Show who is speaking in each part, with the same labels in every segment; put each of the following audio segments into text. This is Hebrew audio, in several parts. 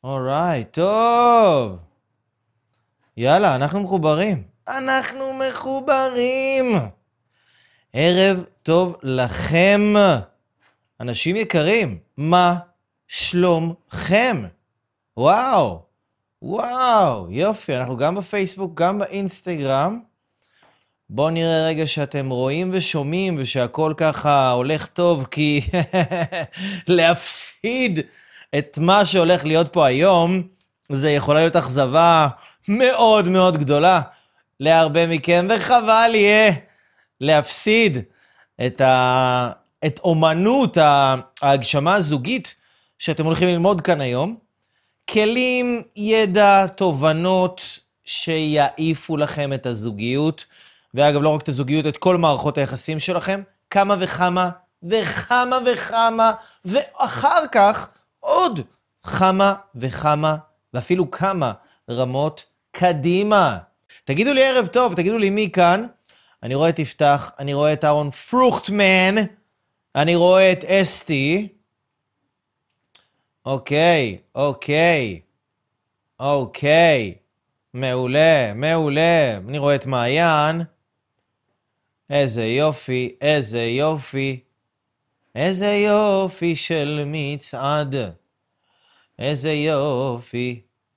Speaker 1: אורייט, טוב. יאללה, אנחנו מחוברים. אנחנו מחוברים. ערב טוב לכם. אנשים יקרים, מה שלומכם? וואו, יופי, אנחנו גם בפייסבוק, גם באינסטגרם. בואו נראה רגע שאתם רואים ושומעים ושהכל ככה הולך טוב, כי להפסיד את מה שהולך להיות פה היום, זה יכולה להיות אכזבה מאוד מאוד גדולה להרבה מכם, וחבל יהיה להפסיד את אומנות ההגשמה הזוגית שאתם הולכים ללמוד כאן היום. כלים, ידע, תובנות שיעיפו לכם את הזוגיות, ואגב לא רק את הזוגיות, את כל מערכות היחסים שלכם, כמה וכמה וכמה וכמה, ואחר כך עוד כמה וכמה, ואפילו כמה רמות קדימה. תגידו לי ערב טוב, תגידו לי מי כאן. אני רואה את יפתח, אני רואה את אהרון פרוכטמן, אני רואה את אסתי. אוקיי. מעולה. אני רואה את מעיין. איזה יופי של מצעד. איזה יופי.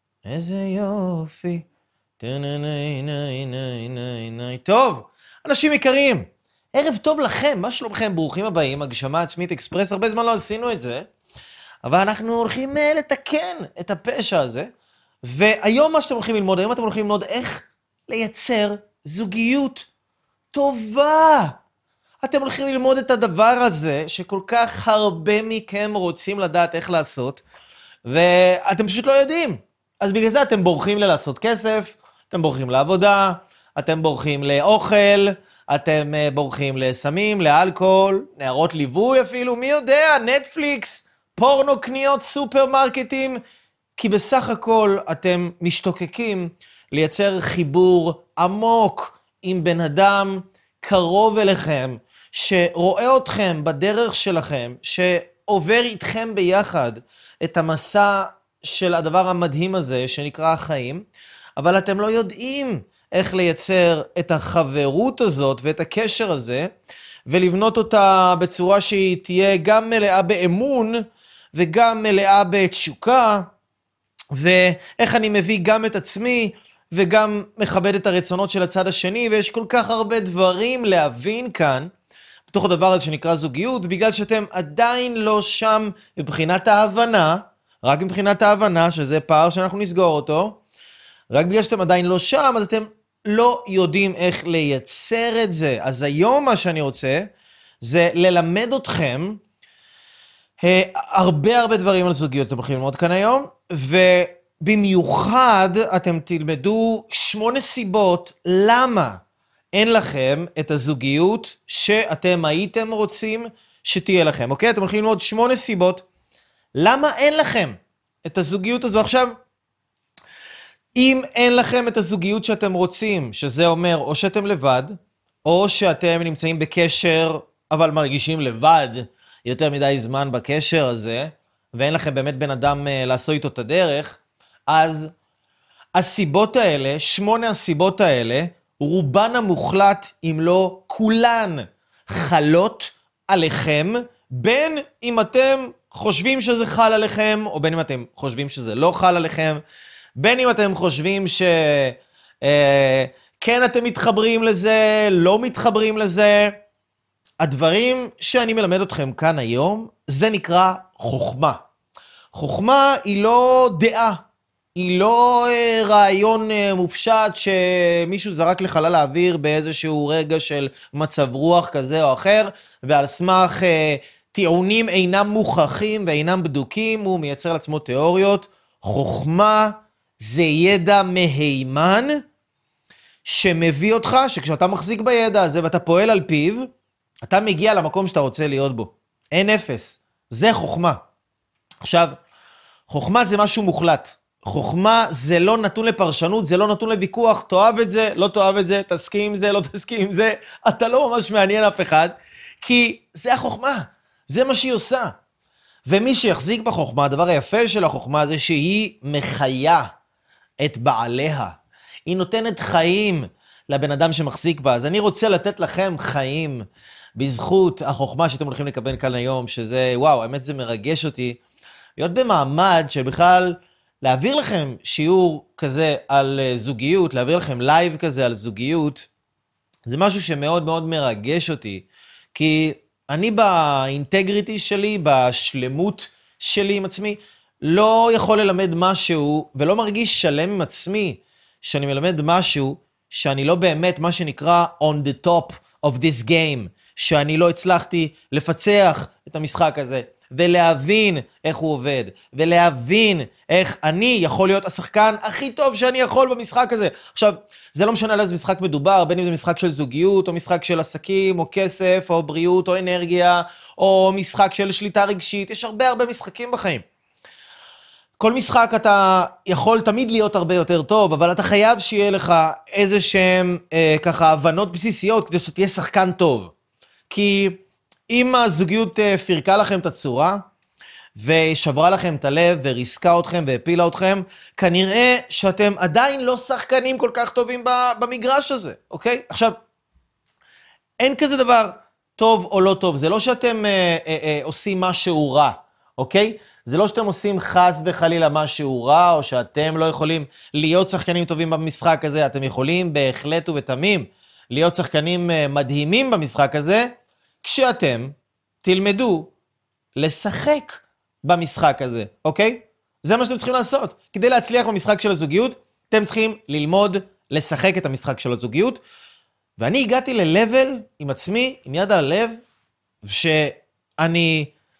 Speaker 1: טוב, אנשים יקרים, ערב טוב לכם, מה שלומכם? ברוכים הבאים, הגשמה עצמית אקספרס, הרבה זמן לא עשינו את זה, אבל אנחנו הולכים לתקן את הפשע הזה, והיום מה שאתם הולכים ללמוד, היום אתם הולכים ללמוד איך לייצר זוגיות טובה. אתם הולכים ללמוד את הדבר הזה שכל כך הרבה מכם רוצים לדעת איך לעשות, ואתם פשוט לא יודעים. אז בגלל זה אתם בורחים לעשות כסף, אתם בורחים לעבודה, אתם בורחים לאוכל, אתם בורחים לסמים, לאלכוהול, נערות ליווי אפילו, מי יודע, נטפליקס, פורנו, קניות, סופרמרקטים, כי בסך הכל אתם משתוקקים לייצר חיבור עמוק עם בן אדם קרוב אליכם, שרואה אתכם בדרך שלכם, שעובר איתכם ביחד את המסע של הדבר המדהים הזה שנקרא החיים, אבל אתם לא יודעים איך לייצר את החברות הזאת ואת הקשר הזה, ולבנות אותה בצורה שהיא תהיה גם מלאה באמון, וגם מלאה בתשוקה, ואיך אני מביא גם את עצמי, וגם מכבד את הרצונות של הצד השני, ויש כל כך הרבה דברים להבין כאן, בתוך הדבר הזה שנקרא זוגיות, ובגלל שאתם עדיין לא שם מבחינת ההבנה, רק מבחינת ההבנה, שזה פער שאנחנו נסגור אותו, רק בגלל שאתם עדיין לא שם, אז אתם לא יודעים איך לייצר את זה. אז היום מה שאני רוצה, זה ללמד אתכם הרבה דברים על זוגיות אתם הולכים ללמוד כאן היום, ובמיוחד אתם תלמדו 8 סיבות למה אין לכם את הזוגיות שאתם הייתם רוצים שתהיה לכם. אוקיי? אתם הולכים ללמוד 8 סיבות למה אין לכם את הזוגיות הזו. עכשיו, אם אין לכם את הזוגיות שאתם רוצים, שזה אומר או שאתם לבד, או שאתם נמצאים בקשר, אבל מרגישים לבד יותר מדי זמן בקשר הזה, ואין לכם באמת בן אדם לעשות איתו את הדרך, אז הסיבות האלה, 8 הסיבות האלה, רובן המוחלט, אם לא כולן, חלות עליכם, בין אם אתם חושבים שזה חל עליכם, או בין אם אתם חושבים שזה לא חל עליכם, בין אם אתם חושבים כן אתם מתחברים לזה, לא מתחברים לזה. הדברים שאני מלמד אתכם כאן היום, זה נקרא חוכמה. חוכמה היא לא דעה, היא לא רעיון מופשט שמישהו זרק לחלל האוויר באיזשהו רגע של מצב רוח כזה או אחר, ועל סמך טיעונים אינם מוכחים ואינם בדוקים, הוא מייצר לעצמו תיאוריות. חוכמה זה ידע מהימן שמביא אותך, שכשאתה מחזיק בידע הזה ואתה פועל על פיו, אתה מגיע למקום שאתה רוצה להיות בו. אין אפס. זה חוכמה. עכשיו, חוכמה זה משהו מוחלט. חוכמה זה לא נתון לפרשנות, זה לא נתון לוויכוח, תאהב את זה, לא תאהב את זה, תסכים עם זה, לא תסכים עם זה, אתה לא ממש מעניין אף אחד, כי זה החוכמה, זה מה שהיא עושה. ומי שיחזיק בחוכמה, הדבר היפה של החוכמה זה שהיא מחיה את בעליה. היא נותנת חיים לבן אדם שמחזיק בה. אז אני רוצה לתת לכם חיים בזכות החוכמה שאתם הולכים לקבל כאן היום, שזה, וואו, האמת זה מרגש אותי. להיות במעמד של בכלל להעביר לכם שיעור כזה על זוגיות, להעביר לכם לייב כזה על זוגיות, זה משהו שמאוד מאוד מרגש אותי, כי אני באינטגריטי שלי, בשלמות שלי עם עצמי, לא יכול ללמד משהו, ולא מרגיש שלם עם עצמי, שאני מלמד משהו, שאני לא באמת מה שנקרא on the top of this game, שאני לא הצלחתי לפצח את המשחק הזה, ולהבין איך הוא עובד, ולהבין איך אני יכול להיות השחקן הכי טוב שאני יכול במשחק הזה. עכשיו, זה לא משנה על איזה משחק מדובר, בין אם זה משחק של זוגיות, או משחק של עסקים, או כסף, או בריאות, או אנרגיה, או משחק של שליטה רגשית, יש הרבה משחקים בחיים. כל משחק אתה יכול תמיד להיות הרבה יותר טוב, אבל אתה חייב שיהיה לך איזה שהם ככה הבנות בסיסיות, כדי שתהיה שחקן טוב. כי אם הזוגיות פירקה לכם את הצורה, ושברה לכם את הלב, וריסקה אתכם, והפילה אתכם, כנראה שאתם עדיין לא שחקנים כל כך טובים במגרש הזה, אוקיי? עכשיו, אין כזה דבר טוב או לא טוב, זה לא שאתם עושים משהו רע, אוקיי? זה לא שאתם עושים חס וחלילה משהו רע, או שאתם לא יכולים להיות שחקנים טובים במשחק הזה, אתם יכולים בהחלט ובתמים להיות שחקנים מדהימים במשחק הזה, כשאתם תלמדו לשחק במשחק הזה, אוקיי? זה מה שאתם צריכים לעשות. כדי להצליח במשחק של הזוגיות, אתם צריכים ללמוד לשחק את המשחק של הזוגיות, ואני הגעתי ללבל עם עצמי, עם יד על הלב, שאני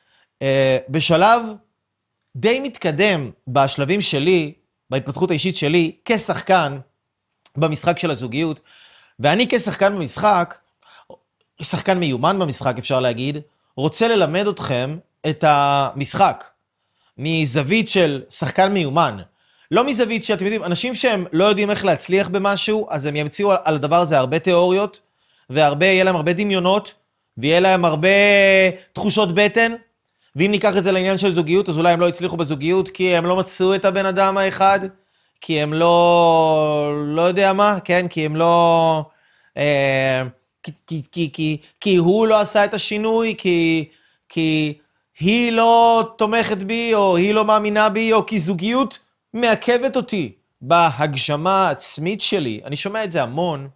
Speaker 1: בשלב די מתקדם בשלבים שלי, בהתפתחות האישית שלי, כשחקן במשחק של הזוגיות, ואני כשחקן במשחק, שחקן מיומן במשחק אפשר להגיד, רוצה ללמד אתכם את המשחק, מזווית של שחקן מיומן, לא מזווית שאתם יודעים, אנשים שהם לא יודעים איך להצליח במשהו, אז הם ימציאו על הדבר הזה הרבה תיאוריות, ויהיה להם הרבה דמיונות, ויהיה להם הרבה תחושות בטן, ואם ניקח את זה לעניין של זוגיות, אז אולי הם לא הצליחו בזוגיות, כי הם לא מצאו את הבן אדם האחד, כי הם לא יודע מה, כן? כי הם לא, כי הוא לא עשה את השינוי, כי היא לא תומכת בי, או היא לא מאמינה בי, או כי זוגיות מעכבת אותי בהגשמה העצמית שלי. אני שומע את זה המון,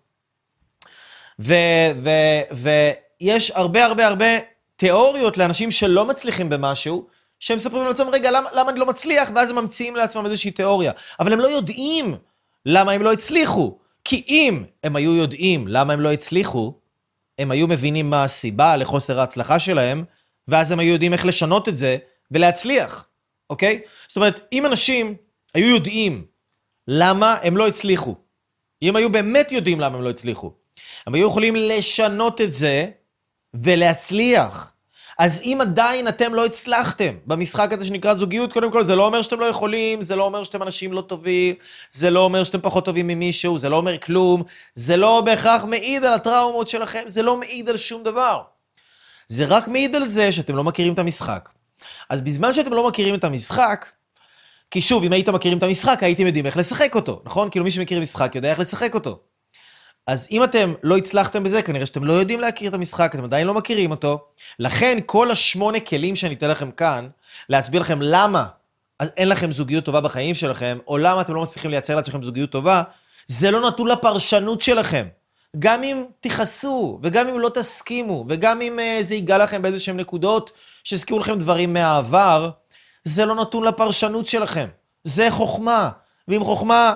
Speaker 1: ויש הרבה תיאוריות לאנשים שלא מצליחים במשהו, שהם מספרים לעצמם, רגע, למה אני לא מצליח? ואז הם ממציאים לעצמם איזושהי תיאוריה. אבל הם לא יודעים למה הם לא הצליחו. כי אם הם היו יודעים למה הם לא הצליחו, הם היו מבינים מה הסיבה לחוסר ההצלחה שלהם, ואז הם היו יודעים איך לשנות את זה ולהצליח. אוקיי? זאת אומרת, אם אנשים היו יודעים למה הם לא הצליחו, אם היו באמת יודעים למה הם לא הצליחו, הם היו יכולים לשנות את זה ולהצליח. אז אם עדיין אתם לא הצלחתם במשחק הזה שנקרא זוגיות, קודם כל זה לא אומר שאתם לא יכולים, זה לא אומר שאתם אנשים לא טובים, זה לא אומר שאתם פחות טובים ממישהו, זה לא אומר כלום, זה לא בהכרח מעיד על הטראומות שלכם, זה לא מעיד על שום דבר. זה רק מעיד על זה שאתם לא מכירים את המשחק. אז בזמן שאתם לא מכירים את המשחק, כי שוב, אם הייתם מכירים את המשחק, הייתם יודעים איך לשחק אותו, נכון? כאילו מי שמכיר משחק יודע איך לשחק אותו. אז אם אתם לא הצלחתם בזה, כנראה שאתם לא יודעים להכיר את המשחק, אתם עדיין לא מכירים אותו, לכן כל 8 כלים שאני אתן לכם כאן, להסביר לכם למה אין לכם זוגיות טובה בחיים שלכם, או למה אתם לא מצליחים לייצר לעצמכם זוגיות טובה, זה לא נתון לפרשנות שלכם. גם אם תיחסו, וגם אם לא תסכימו, וגם אם זה ייגע לכם באיזשהם נקודות, שזכירו לכם דברים מהעבר, זה לא נתון לפרשנות שלכם. זה חוכמה, ועם חוכמה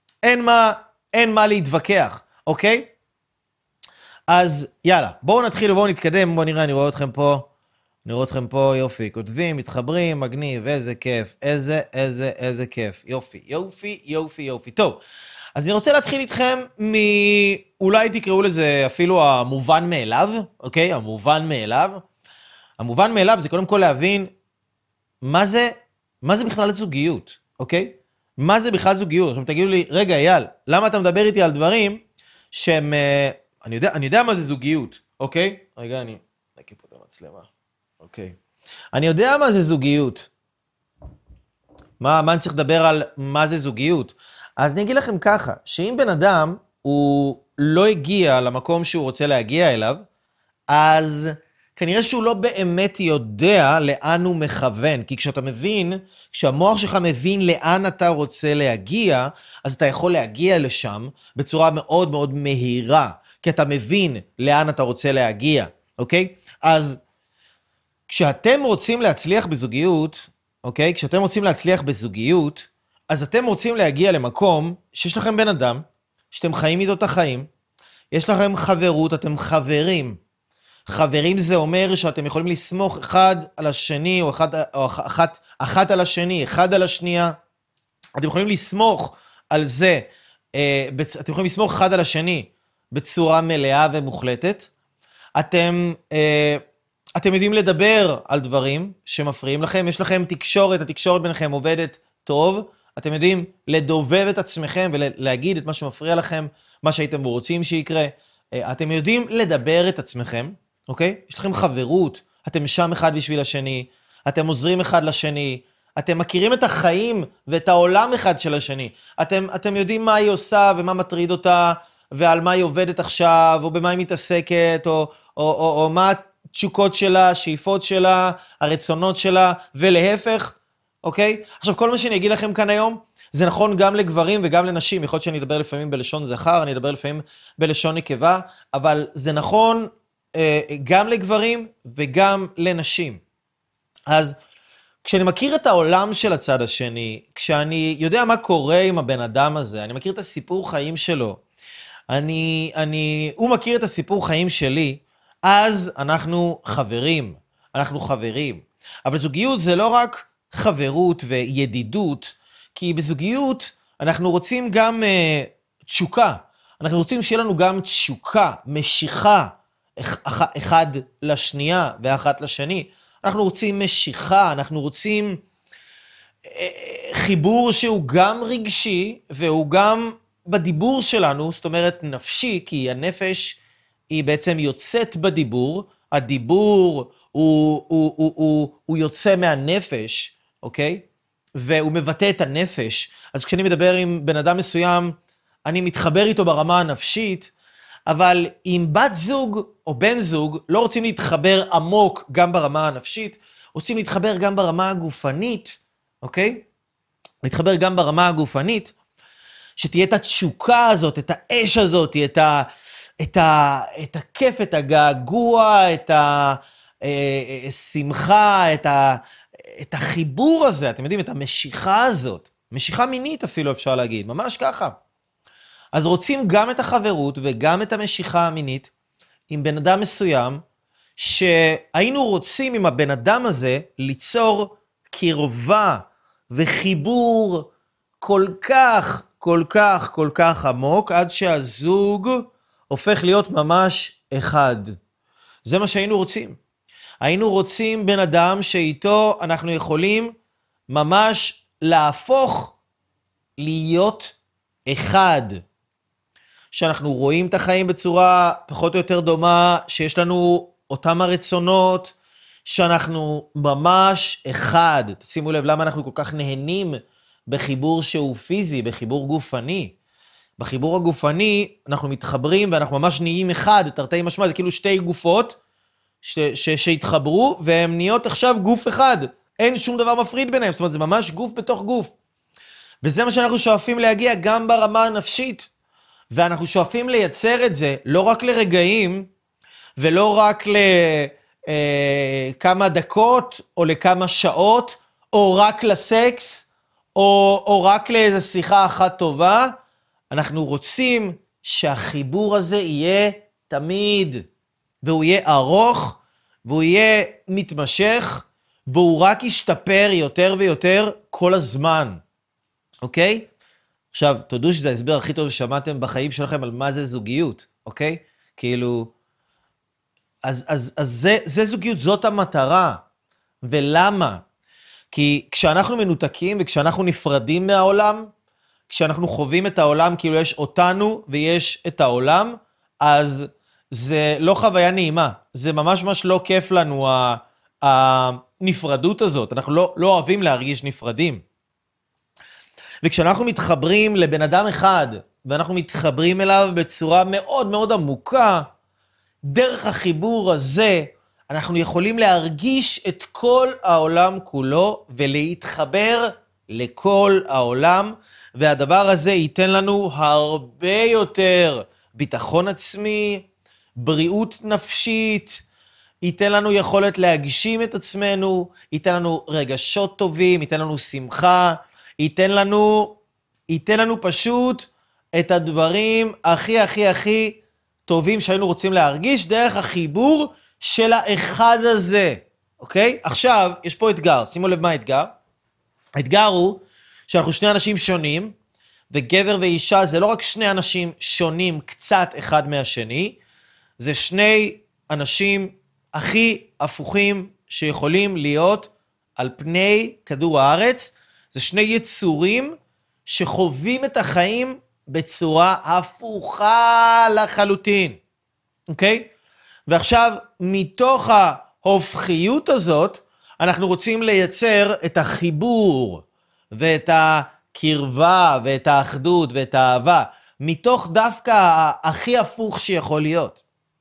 Speaker 1: אין מה להתווכח. אוקיי? אז יאללה, בואו נתחיל ובואו נתקדם, בואו נראה, אני רואה אתכם פה, יופי, כותבים, מתחברים, מגניב, איזה כיף, איזה כיף, יופי. טוב, אז אני רוצה להתחיל איתכם אולי תקראו לזה אפילו המובן מאליו, אוקיי? המובן מאליו זה קודם כל להבין מה זה בכלל זוגיות, אוקיי? מה זה בכלל זוגיות? עכשיו תגידו לי, רגע אייל, למה אתה מדבר איתי על דברים שהם, אני יודע מה זה זוגיות, אוקיי? רגע, אני נקי פה את המצלמה, אוקיי. אני יודע מה זה זוגיות. מה אני צריך לדבר על מה זה זוגיות? אז אני אגיד לכם ככה, שאם בן אדם הוא לא הגיע למקום שהוא רוצה להגיע אליו, אז כנראה שהוא לא באמת יודע לאן הוא מכוון. כי כשאתה מבין, כשהמוח שלך מבין לאן אתה רוצה להגיע, אז אתה יכול להגיע לשם בצורה מאוד מאוד מהירה. כי אתה מבין לאן אתה רוצה להגיע, אוקיי? אז כשאתם רוצים להצליח בזוגיות, אוקיי? כשאתם רוצים להצליח בזוגיות, אז אתם רוצים להגיע למקום שיש לכם בן אדם, שאתם חיים איתו את החיים, יש לכם חברות, אתם חברים. חברים זה אומר שאתם יכולים לסמוך אחד על השני, או אחת על השני, אחד על השנייה. אתם יכולים לסמוך על זה, אתם יכולים לסמוך אחד על השני בצורה מלאה ומוחלטת. אתם יודעים לדבר על דברים שמפריעים לכם, יש לכם תקשורת, התקשורת ביניכם עובדת טוב, אתם יודעים לדובב את עצמכם ולהגיד את מה שמפריע לכם, מה שהייתם רוצים שיקרה, אתם יודעים לדבר את עצמכם, אוקיי? יש לכם חברות, אתם שם אחד בשביל השני, אתם עוזרים אחד לשני, אתם מכירים את החיים ואת העולם אחד של השני, אתם יודעים מה היא עושה ומה מטריד אותה, ועל מה היא עובדת עכשיו, או במה היא מתעסקת, או מה התשוקות שלה, השאיפות שלה, הרצונות שלה, ולהפך, אוקיי? עכשיו, כל מה שאני אגיד לכם כאן היום, זה נכון גם לגברים וגם לנשים, יכול להיות שאני אדבר לפעמים בלשון זכר, אני אדבר לפעמים בלשון נקבה, אבל זה נכון גם לגברים וגם לנשים. אז כשאני מכיר את העולם של הצד השני, כשאני יודע מה קורה עם הבן אדם הזה, אני מכיר את הסיפור חיים שלו, הוא מכיר את הסיפור חיים שלי, אז אנחנו חברים. אבל זוגיות זה לא רק חברות וידידות, כי בזוגיות אנחנו רוצים גם תשוקה. אנחנו רוצים שיהיה לנו גם תשוקה, משיכה, אחד לשנייה ואחת לשני. אנחנו רוצים משיכה, אנחנו רוצים חיבור שהוא גם רגשי, והוא גם בדיבור שלנו, זאת אומרת נפשי, כי הנפש היא בעצם יוצאת בדיבור, הדיבור הוא יוצא מהנפש, אוקיי? והוא מבטא את הנפש. אז כשאני מדבר עם בן אדם מסוים, אני מתחבר איתו ברמה הנפשית, אבל עם בת זוג או בן זוג לא רוצים להתחבר עמוק גם ברמה הנפשית, רוצים להתחבר גם ברמה הגופנית, אוקיי? להתחבר גם ברמה הגופנית, שתהיה את התשוקה הזאת, את האש הזאת, את הכיף, את הגעגוע, את השמחה, את החיבור הזה, אתם יודעים, את המשיכה הזאת, משיכה מינית אפילו אפשר להגיד, ממש ככה. אז רוצים גם את החברות וגם את המשיכה המינית עם בן אדם מסוים, שהיינו רוצים עם הבן אדם הזה ליצור קרבה וחיבור כל כך עמוק, עד שהזוג הופך להיות ממש אחד. זה מה שהיינו רוצים. היינו רוצים בן אדם שאיתו אנחנו יכולים ממש להפוך להיות אחד. שאנחנו רואים את החיים בצורה פחות או יותר דומה, שיש לנו אותם הרצונות, שאנחנו ממש אחד. שימו לב למה אנחנו כל כך נהנים בחיבור שהוא פיזי, בחיבור גופני. בחיבור הגופני אנחנו מתחברים ואנחנו ממש נהיים אחד, תרתי משמע, זה כאילו שתי גופות שהתחברו והן נהיות עכשיו גוף אחד. אין שום דבר מפריד ביניהם, זאת אומרת זה ממש גוף בתוך גוף. וזה מה שאנחנו שואפים להגיע גם ברמה הנפשית. ואנחנו שואפים לייצר את זה לא רק לרגעים, ולא רק לכמה דקות או לכמה שעות, או רק לסקס, או רק לאיזו שיחה אחת טובה. אנחנו רוצים שהחיבור הזה יהיה תמיד, והוא יהיה ארוך, והוא יהיה מתמשך, והוא רק ישתפר יותר ויותר כל הזמן. אוקיי? עכשיו, תודו שזה ההסבר הכי טוב ששמעתם בחיים שלכם על מה זה זוגיות, אוקיי? כאילו, אז זה זוגיות, זאת המטרה. ולמה? כי כשאנחנו מנותקים וכשאנחנו נפרדים מהעולם, כשאנחנו חווים את העולם כאילו יש אותנו ויש את העולם, אז זה לא חוויה נעימה. זה ממש ממש לא כיף לנו הנפרדות הזאת, אנחנו לא אוהבים להרגיש נפרדים. וכשאנחנו מתחברים לבן אדם אחד, ואנחנו מתחברים אליו בצורה מאוד מאוד עמוקה, דרך החיבור הזה, אנחנו יכולים להרגיש את כל העולם כולו, ולהתחבר לכל העולם, והדבר הזה ייתן לנו הרבה יותר ביטחון עצמי, בריאות נפשית, ייתן לנו יכולת להגשים את עצמנו, ייתן לנו רגשות טובים, ייתן לנו שמחה, ייתן לנו פשוט את הדברים הכי הכי הכי טובים שהיינו רוצים להרגיש דרך החיבור של האחד הזה, אוקיי? עכשיו, יש פה אתגר, שימו לב מה האתגר. האתגר הוא שאנחנו שני אנשים שונים, וגבר ואישה זה לא רק שני אנשים שונים קצת אחד מהשני, זה שני אנשים הכי הפוכים שיכולים להיות על פני כדור הארץ, זה שני יצורים שחווים את החיים בצורה הפוכה לחלוטין, אוקיי? ועכשיו, מתוך ההופכיות הזאת, אנחנו רוצים לייצר את החיבור, ואת הקרבה, ואת האחדות, ואת האהבה, מתוך דווקא הכי הפוך שיכול להיות.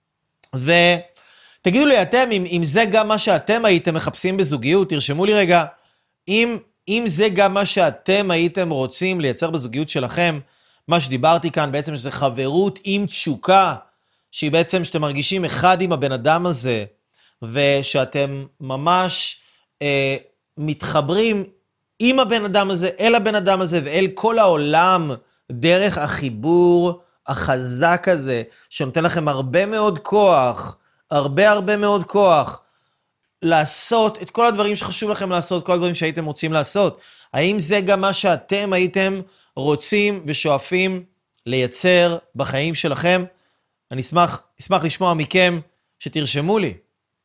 Speaker 1: ותגידו לי אתם, אם זה גם מה שאתם הייתם מחפשים בזוגיות, תרשמו לי רגע, אם זה גם מה שאתם הייתם רוצים לייצר בזוגיות שלכם, מה שדיברתי כאן בעצם שזה חברות עם תשוקה, שהיא בעצם שאתם מרגישים אחד עם הבן אדם הזה, ושאתם ממש מתחברים עם הבן אדם הזה, אל הבן אדם הזה, ואל כל העולם, דרך החיבור החזק הזה, שנותן לכם הרבה מאוד כוח, הרבה מאוד כוח, לעשות את כל הדברים שחשוב לכם לעשות, כל הדברים שהייתם רוצים לעשות. האם זה גם מה שאתם הייתם רוצים ושואפים לייצר בחיים שלכם? אני אשמח לשמוע מכם שתרשמו לי.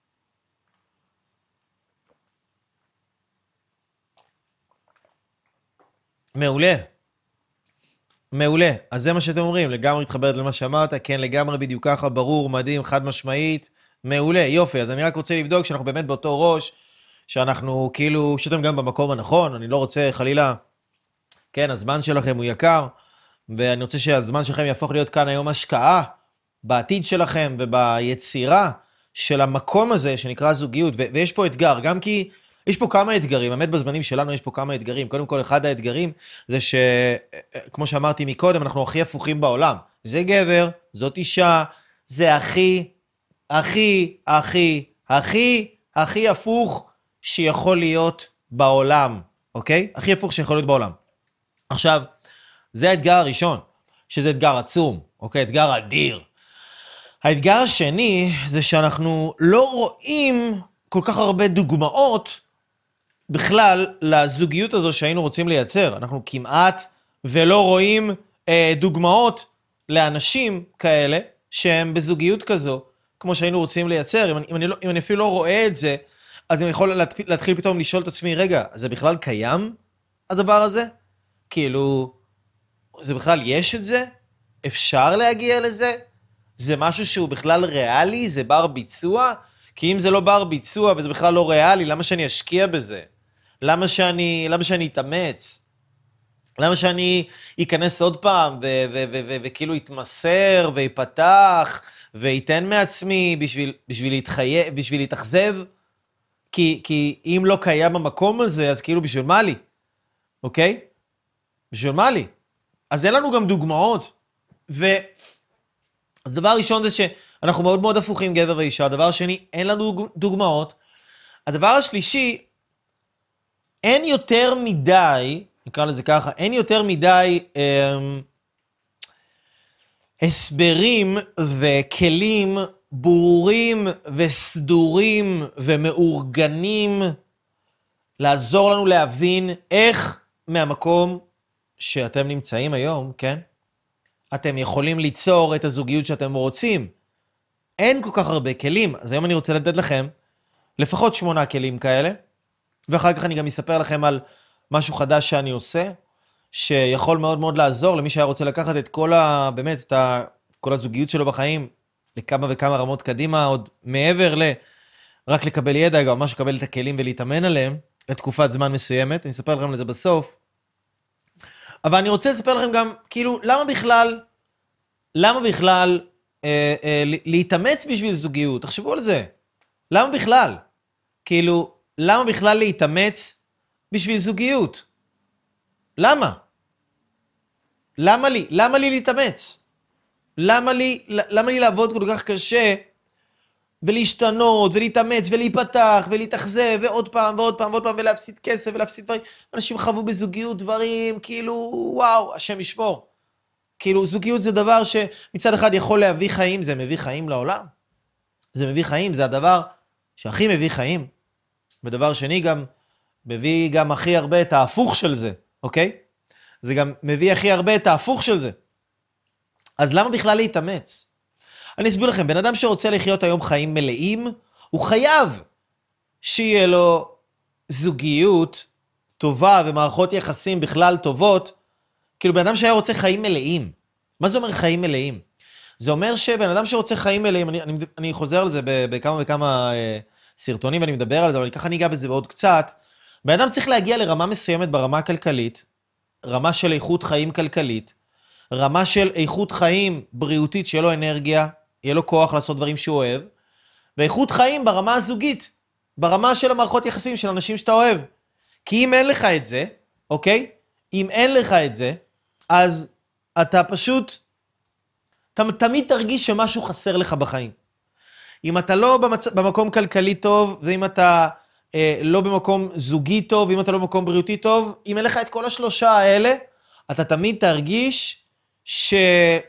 Speaker 1: מעולה. מעולה. אז זה מה שאתם אומרים, לגמרי התחברת למה שאמרת, כן, לגמרי בדיוק ככה, ברור, מדהים, חד משמעית, מעולה, יופי. אז אני רק רוצה לבדוק שאנחנו באמת באותו ראש, שאנחנו כאילו, שאתם גם במקום הנכון, אני לא רוצה חלילה, כן, הזמן שלכם הוא יקר, ואני רוצה שהזמן שלכם יהפוך להיות כאן היום השקעה, בעתיד שלכם וביצירה של המקום הזה שנקרא זוגיות, ויש פה אתגר, גם כי יש פה כמה אתגרים, באמת בזמנים שלנו יש פה כמה אתגרים. קודם כל, אחד האתגרים זה שכמו שאמרתי מקודם, אנחנו הכי הפוכים בעולם. זה גבר, זאת אישה, זה הכי הפוך שיכול להיות בעולם, אוקיי? הכי הפוך שיכול להיות בעולם. עכשיו, זה האתגר הראשון, שזה אתגר עצום, אוקיי? אתגר אדיר. האתגר השני זה שאנחנו לא רואים כל כך הרבה דוגמאות בכלל לזוגיות הזו שהיינו רוצים לייצר. אנחנו כמעט ולא רואים דוגמאות לאנשים כאלה שהם בזוגיות כזו, כמו שהיינו רוצים לייצר. אם אני אפילו לא רואה את זה, אז אני יכול להתחיל פתאום לשאול את עצמי, רגע, זה בכלל קיים הדבר הזה? כאילו, זה בכלל יש את זה? אפשר להגיע לזה? זה משהו שהוא בכלל ריאלי? זה בר ביצוע? כי אם זה לא בר ביצוע וזה בכלל לא ריאלי, למה שאני אשקיע בזה? למה שאני אתאמץ? למה שאני אכנס עוד פעם וכאילו יתמסר ויפתח ויתן מעצמי בשביל להתאכזב? כי אם לא קיים המקום הזה, אז כאילו בשביל מה לי? אוקיי? בשביל מה לי? אז אין לנו גם דוגמאות. אז דבר ראשון זה שאנחנו מאוד מאוד הפוכים גבר ואישה. הדבר שני, אין לנו דוגמאות. הדבר השלישי, אין יותר מדי, נקרא לזה ככה, אין יותר מדי הסברים וכלים ברורים וסדורים ומאורגנים לעזור לנו להבין איך מהמקום שאתם נמצאים היום, כן? אתם יכולים ליצור את הזוגיות שאתם רוצים. אין כל כך הרבה כלים, אז היום אני רוצה לתת לכם לפחות 8 כלים כאלה, ואחר כך אני גם אספר לכם על משהו חדש שאני עושה, שיכול מאוד מאוד לעזור למי שהיה רוצה לקחת את באמת, כל הזוגיות שלו בחיים, לכמה וכמה רמות קדימה, עוד מעבר רק לקבל ידע, גם ממש לקבל את הכלים ולהתאמן עליהם, לתקופת זמן מסוימת, אני אספר לכם לזה בסוף. אבל אני רוצה לספר לכם גם, כאילו, למה בכלל להתאמץ בשביל זוגיות? תחשבו על זה. למה בכלל? כאילו, למה בכלל להתאמץ בשביל זוגיות? למה? למה לי להתאמץ? למה לי לעבוד כל כך קשה ולהשתנות ולהתאמץ ולהיפתח ולהתאכזב ועוד פעם ועוד פעם ועוד פעם ולהפסיד כסף ולהפסיד דברים? אנשים חוו בזוגיות דברים, כאילו, וואו, השם ישמור. כאילו, זוגיות זה דבר שמצד אחד יכול להביא חיים, זה מביא חיים לעולם. זה מביא חיים, זה הדבר שהכי מביא חיים. ודבר שני גם, מביא גם הכי הרבה את ההפוך של זה, אוקיי? זה גם מביא הכי הרבה את ההפוך של זה. אז למה בכלל להתאמץ? אני אסביר לכם, בן אדם שרוצה לחיות היום חיים מלאים, הוא חייב שיהיה לו זוגיות טובה ומערכות יחסים בכלל טובות. כאילו בן אדם שהיה רוצה חיים מלאים. מה זה אומר חיים מלאים? זה אומר שבן אדם שרוצה חיים מלאים, אני חוזר על זה בכמה וכמה סרטונים ואני מדבר על זה, אבל ככה אני אגע בזה בעוד קצת. בן אדם צריך להגיע לרמה מסוימת ברמה הכלכלית, רמה של איכות חיים כלכלית, רמה של איכות חיים בריאותית, שיהיה לו אנרגיה, יהיה לו כוח לעשות דברים שהוא אוהב, ואיכות חיים ברמה הזוגית, ברמה של המערכות יחסים של אנשים שאתה אוהב. כי אם אין לך את זה, אוקיי? אם אין לך את זה, אז אתה פשוט, אתה תמיד תרגיש שמשהו חסר לך בחיים. אם אתה לא במקום כלכלי טוב, ואם אתה לא במקום זוגי טוב, ואם אתה לא במקום בריאותי טוב, אם אין לך את כל השלושה האלה, אתה תמיד תרגיש שחסר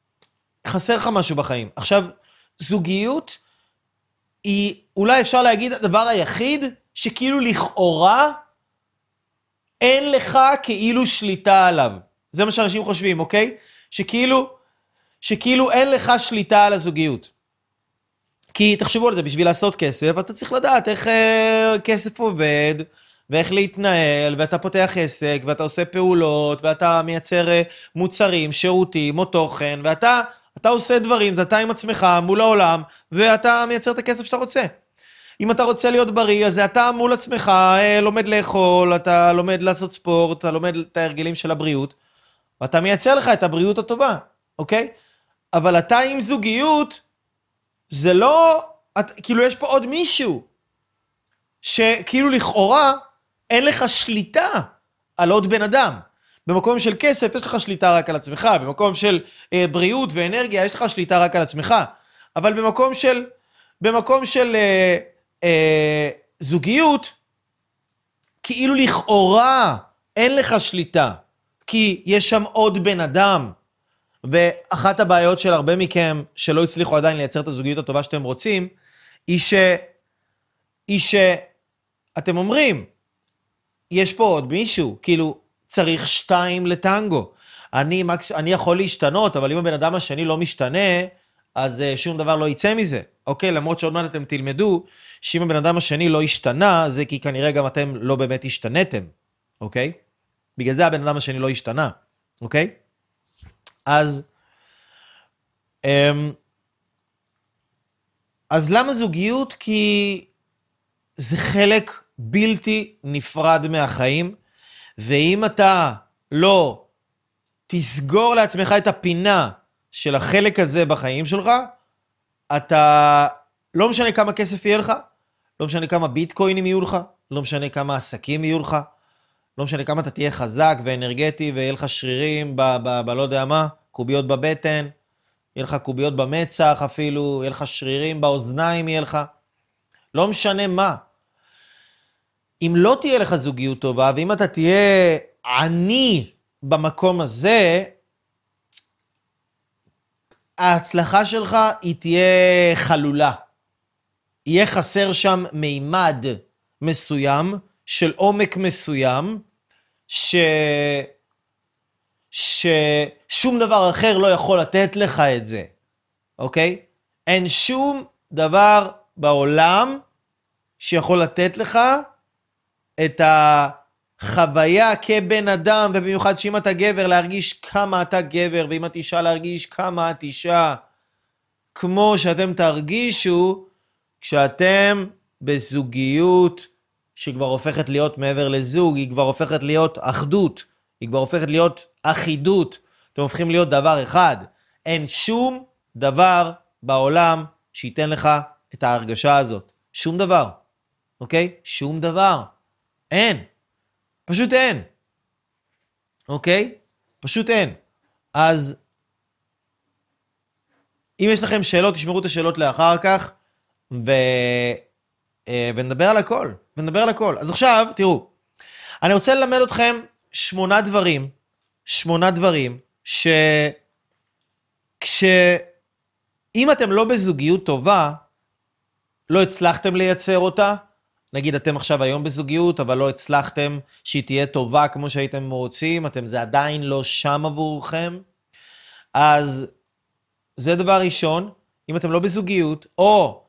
Speaker 1: לך משהו בחיים. עכשיו, זוגיות היא, אולי אפשר להגיד, הדבר היחיד שכאילו לכאורה אין לך כאילו שליטה עליו. זה מה שאנשים חושבים, אוקיי? שכאילו אין לך שליטה על הזוגיות. כי תחשבו על זה, בשביל לעשות כסף, אתה צריך לדעת איך כסף עובד, ואיך להתנהל, ואתה פותח עסק, ואתה עושה פעולות, ואתה מייצר מוצרים, שירותים, או תוכן, ואתה עושה דברים, זה אתה עם עצמך מול העולם, ואתה מייצר את הכסף שאתה רוצה. אם אתה רוצה להיות בריא, אז אתה מול עצמך לומד לאכול, אתה לומד לעשות ספורט, אתה לומד את ההרגלים של הבריאות, ואתה מייצר לך את הבריאות הטובה, אוקיי? אבל אתה עם זוגיות, זה לא, כאילו יש פה עוד מישהו, שכאילו לכאורה אין לך שליטה על עוד בן אדם. במקום של כסף יש לך שליטה רק על עצמך, במקום של בריאות ואנרגיה יש לך שליטה רק על עצמך, אבל במקום של זוגיות, כאילו לכאורה אין לך שליטה, כי יש שם עוד בן אדם. ואחת הבעיות של הרבה מכם שלא הצליחו עדיין לייצר את הזוגיות הטובה שאתם רוצים, היא שאתם אומרים, יש פה עוד מישהו, כאילו צריך 2 לטנגו. אני יכול להשתנות, אבל אם הבן אדם השני לא משתנה, אז שום דבר לא יצא מזה. אוקיי, למרות שעוד מעט אתם תלמדו, שאם הבן אדם השני לא השתנה, זה כי כנראה גם אתם לא באמת השתנתם. אוקיי? בגלל זה הבן אדם השני לא השתנה. אוקיי? אז למה זוגיות? כי זה חלק בלתי נפרד מהחיים, ואם אתה לא תסגור לעצמך את הפינה של החלק הזה בחיים שלך, אתה, לא משנה כמה כסף יהיה לך, לא משנה כמה ביטקוינים יהיו לך, לא משנה כמה עסקים יהיו לך, לא משנה כמה אתה תהיה חזק ואנרגטי, ויהיה לך שרירים לא יודע מה, קוביות בבטן, יהיה לך קוביות במצח אפילו, יהיה לך שרירים באוזניים, יהיה לך, לא משנה מה. אם לא תהיה לך זוגיות טובה, ואם אתה תהיה עני במקום הזה, ההצלחה שלך היא תהיה חלולה. יהיה חסר שם מימד מסוים, של עומק מסוים, ששום דבר אחר לא יכול לתת לך את זה. אוקיי? אין שום דבר בעולם שיכול לתת לך את החוויה כבן אדם, ובמיוחד שאם אתה גבר להרגיש כמה אתה גבר, ואם את אישה להרגיש כמה את אישה, כמו שאתם תרגישו כשאתם בזוגיות שכבר הופכת להיות מעבר לזוג, היא כבר הופכת להיות אחדות, היא כבר הופכת להיות אחידות, אתם הופכים להיות דבר אחד. אין שום דבר בעולם שייתן לך את ההרגשה הזאת. שום דבר. אוקיי? שום דבר. אין. פשוט אין. אוקיי? פשוט אין. אז אם יש לכם שאלות, תשמרו את השאלות לאחר כך, ונדבר על הכל. ונדבר על הכל. אז עכשיו, תראו, אני רוצה ללמד אתכם 8 דברים, אם אתם לא בזוגיות טובה, לא הצלחתם לייצר אותה, נגיד אתם עכשיו היום בזוגיות, אבל לא הצלחתם שהיא תהיה טובה כמו שהייתם רוצים, זה עדיין לא שם עבורכם, אז זה דבר ראשון, אם אתם לא בזוגיות, או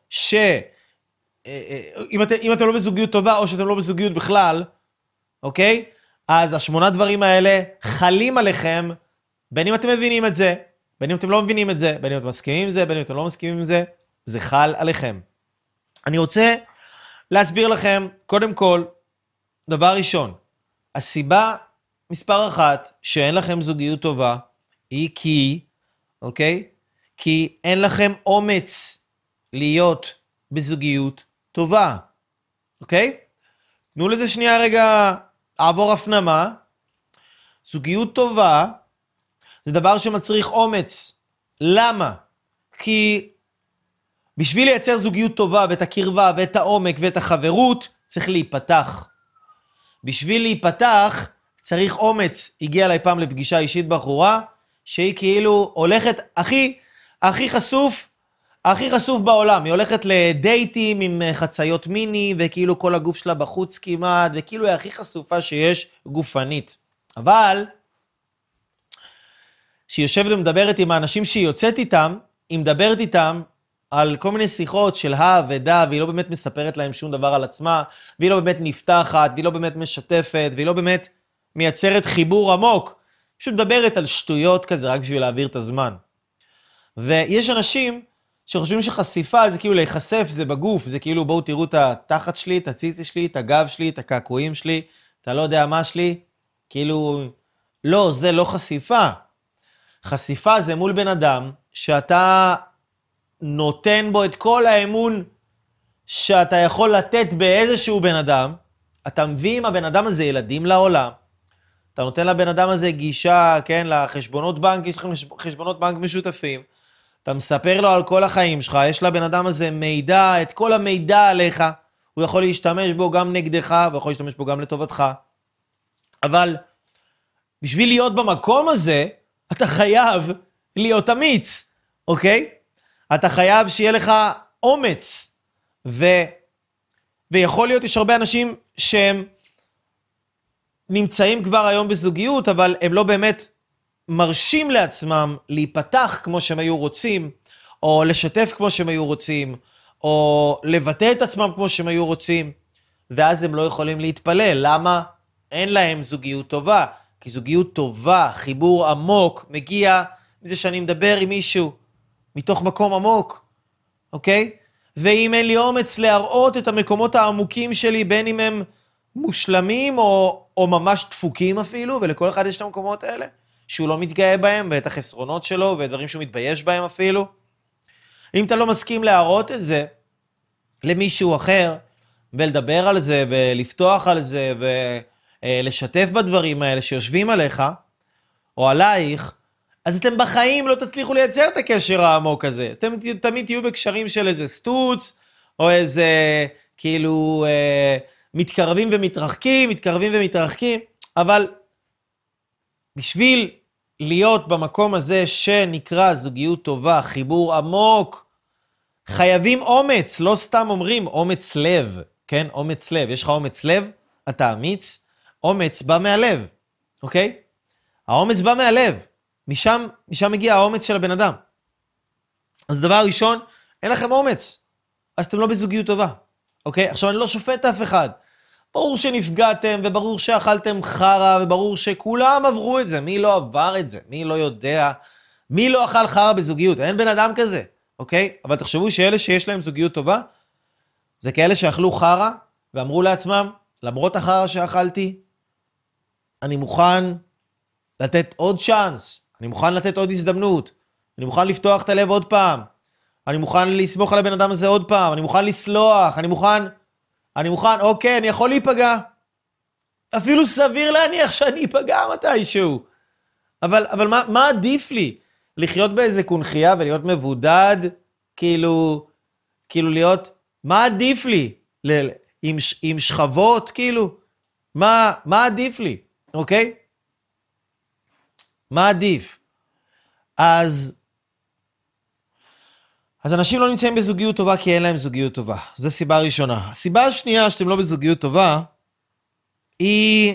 Speaker 1: אם אתם לא בזוגיות טובה, או שאתם לא בזוגיות בכלל, אוקיי? אז 8 דברים האלה חלים עליכם, בין אם אתם מבינים את זה, בין אם אתם לא מבינים את זה, בין אם אתם מסכימים עם זה, בין אם אתם לא מסכימים עם זה, זה חל עליכם. אני רוצה להסביר לכם, קודם כל, דבר ראשון, הסיבה מספר 1 שאין לכם זוגיות טובה, היא אוקיי? כי אין לכם אומץ להיות בזוגיות טובה, אוקיי? תנו לזה שנייה רגע לעבור הפנמה. זוגיות טובה זה דבר שמצריך אומץ. למה? כי בשביל לייצר זוגיות טובה ואת הקרבה ואת העומק ואת החברות, צריך להיפתח. בשביל להיפתח צריך אומץ. הגיע אליי פעם לפגישה אישית בחורה, שהיא כאילו הולכת הכי חשוף בעולם. היא הולכת לדייטים עם חציות מיני, וכאילו כל הגוף שלה בחוץ כמעט, וכאילו היא הכי חשופה שיש גופנית. אבל שהיא יושבת ומדברת עם האנשים שהיא יוצאת איתם, היא מדברת איתם על כל מיני שיחות של ודא, והיא לא באמת מספרת להם שום דבר על עצמה, והיא לא באמת נפתחת, והיא לא באמת משתפת, והיא לא באמת מייצרת חיבור עמוק. פשוט מדברת על שטויות כזה, רק בשביל להעביר את הזמן. ויש אנשים שחושבים שחשיפה זה כאילו להיחשף, זה בגוף, זה כאילו בואו תראו את התחת שלי, את הציצי שלי, את הגב שלי, את הקעקועים שלי, אתה לא יודע מה שלי, כאילו, לא, זה לא חשיפה. חשיפה זה מול בן אדם שאתה נותן בו את כל האמון שאתה יכול לתת באיזשהו בן אדם, אתה מביא עם הבן אדם הזה ילדים לעולם, אתה נותן לבן אדם הזה גישה, כן, לחשבונות בנק, יש לכם חשבונות בנק משותפים, אתה מספר לו על כל החיים שלך, יש לבן אדם הזה מידע, את כל המידע עליך, הוא יכול להשתמש בו גם נגדך, הוא יכול להשתמש בו גם לטובתך. אבל בשביל להיות במקום הזה, אתה חייב להיות אמיץ, אוקיי? אתה חייב שיהיה לך אומץ, ויכול להיות, יש הרבה אנשים שהם נמצאים כבר היום בזוגיות, אבל הם לא באמת מרשים לעצמם להיפתח כמו שהם היו רוצים, או לשתף כמו שהם היו רוצים, או לבטא את עצמם כמו שהם היו רוצים, ואז הם לא יכולים להתפלל. למה? אין להם זוגיות טובה. כי זוגיות טובה, חיבור עמוק, מגיע מזה שאני מדבר עם מישהו, מתוך מקום עמוק, אוקיי? ואם אין לי אומץ להראות את המקומות העמוקים שלי, בין אם הם מושלמים או ממש דפוקים אפילו, ולכל אחד יש את המקומות האלה, שהוא לא מתגאה בהם, ואת החסרונות שלו, ואת דברים שהוא מתבייש בהם אפילו. אם אתה לא מסכים להראות את זה למישהו אחר, ולדבר על זה, ולפתוח על זה, ולשתף בדברים האלה שיושבים עליך, או עלייך, אז אתם בחיים לא תצליחו לייצר את הקשר העמוק הזה. אתם תמיד תהיו בקשרים של איזה סטוץ, או איזה כאילו מתקרבים ומתרחקים, אבל בשביל להיות במקום הזה שנקרא זוגיות טובה, חיבור עמוק, חייבים אומץ, לא סתם אומרים אומץ לב, כן? אומץ לב, יש לך אומץ לב, אתה אמיץ, אומץ בא מהלב, אוקיי? האומץ בא מהלב, משם מגיע האומץ של הבן אדם. אז דבר ראשון, אין לכם אומץ, אז אתם לא בזוגיות טובה, אוקיי? עכשיו אני לא שופט אף אחד, ברור שנפגעתם, וברור שאכלתם חרה, וברור שכולם עברו את זה. מי לא עבר את זה? מי לא יודע? מי לא אכל חרה בזוגיות? אין בן אדם כזה, אוקיי? אבל תחשבו שאלה שיש להם זוגיות טובה, זה כאלה שאכלו חרה, ואמרו לעצמם, למרות החרה שאכלתי, אני מוכן לתת עוד צ'אנס, אני מוכן לתת עוד הזדמנות, אני מוכן לפתוח את הלב עוד פעם, אני מוכן לסמוך על הבן אדם הזה עוד פעם, אני מוכן לסלוח, אני מוכן, אוקיי, אני יכול להיפגע. אפילו סביר להניח שאני אפגע מתישהו. אבל מה עדיף לי? לחיות באיזה קונחייה ולהיות מבודד? כאילו להיות, מה עדיף לי? עם שכבות, כאילו? מה עדיף לי? אוקיי? מה עדיף? אז אנשים לא נמצאים בזוגיות טובה כי אין להם זוגיות טובה. זו סיבה ראשונה. הסיבה השנייה שאתם לא בזוגיות טובה, היא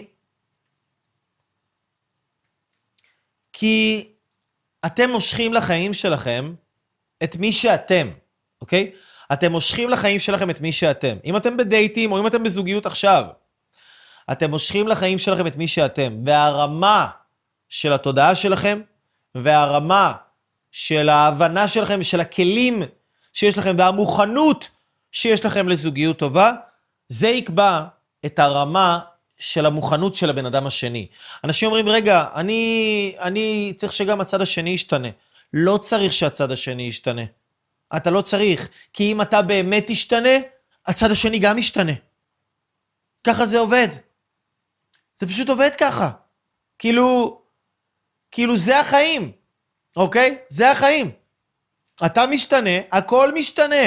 Speaker 1: כי אתם מושכים לחיים שלכם את מי שאתם, אוקיי? אתם מושכים לחיים שלכם את מי שאתם. אם אתם בדייטים או אם אתם בזוגיות עכשיו, אתם מושכים לחיים שלכם את מי שאתם. והרמה של התודעה שלכם, והרמה של ההבנה שלכם, של הכלים שיש לכם, והמוכנות שיש לכם לזוגיות טובה, זה יקבע את הרמה של המוכנות של הבן אדם השני. אנשים אומרים, רגע, אני צריך שגם הצד השני ישתנה. לא צריך שהצד השני ישתנה. אתה לא צריך, כי אם אתה באמת תשתנה, הצד השני גם ישתנה. ככה זה עובד. זה פשוט עובד ככה. כאילו זה החיים. אוקיי? זה החיים. אתה משתנה, הכל משתנה.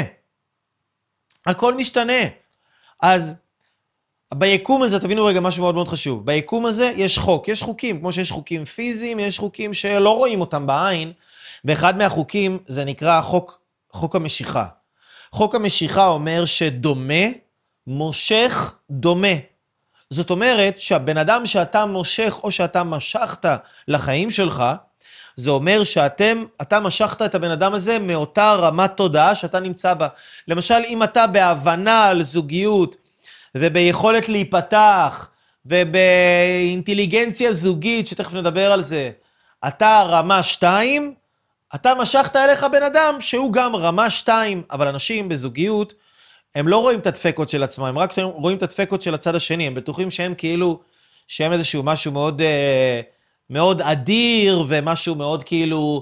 Speaker 1: הכל משתנה. אז ביקום הזה, תבינו רגע משהו מאוד מאוד חשוב. ביקום הזה יש חוק, יש חוקים, כמו שיש חוקים פיזיים, יש חוקים שלא רואים אותם בעין, ואחד מהחוקים זה נקרא חוק המשיכה. חוק המשיכה אומר שדומה מושך דומה. זאת אומרת שהבן אדם שאתה מושך או שאתה משכת לחיים שלך, זה אומר שאתה משכת את הבן אדם הזה מאותה רמת תודעה שאתה נמצא בה. למשל, אם אתה בהבנה על זוגיות, וביכולת להיפתח, ובאינטליגנציה זוגית, שתכף נדבר על זה, אתה רמה 2, אתה משכת אליך בן אדם שהוא גם רמה 2, אבל אנשים בזוגיות, הם לא רואים את הדפקות של עצמם, הם רק רואים את הדפקות של הצד השני, הם בטוחים שהם כאילו, שהם איזשהו משהו מאוד, מאוד אדיר, ומשהו מאוד כאילו,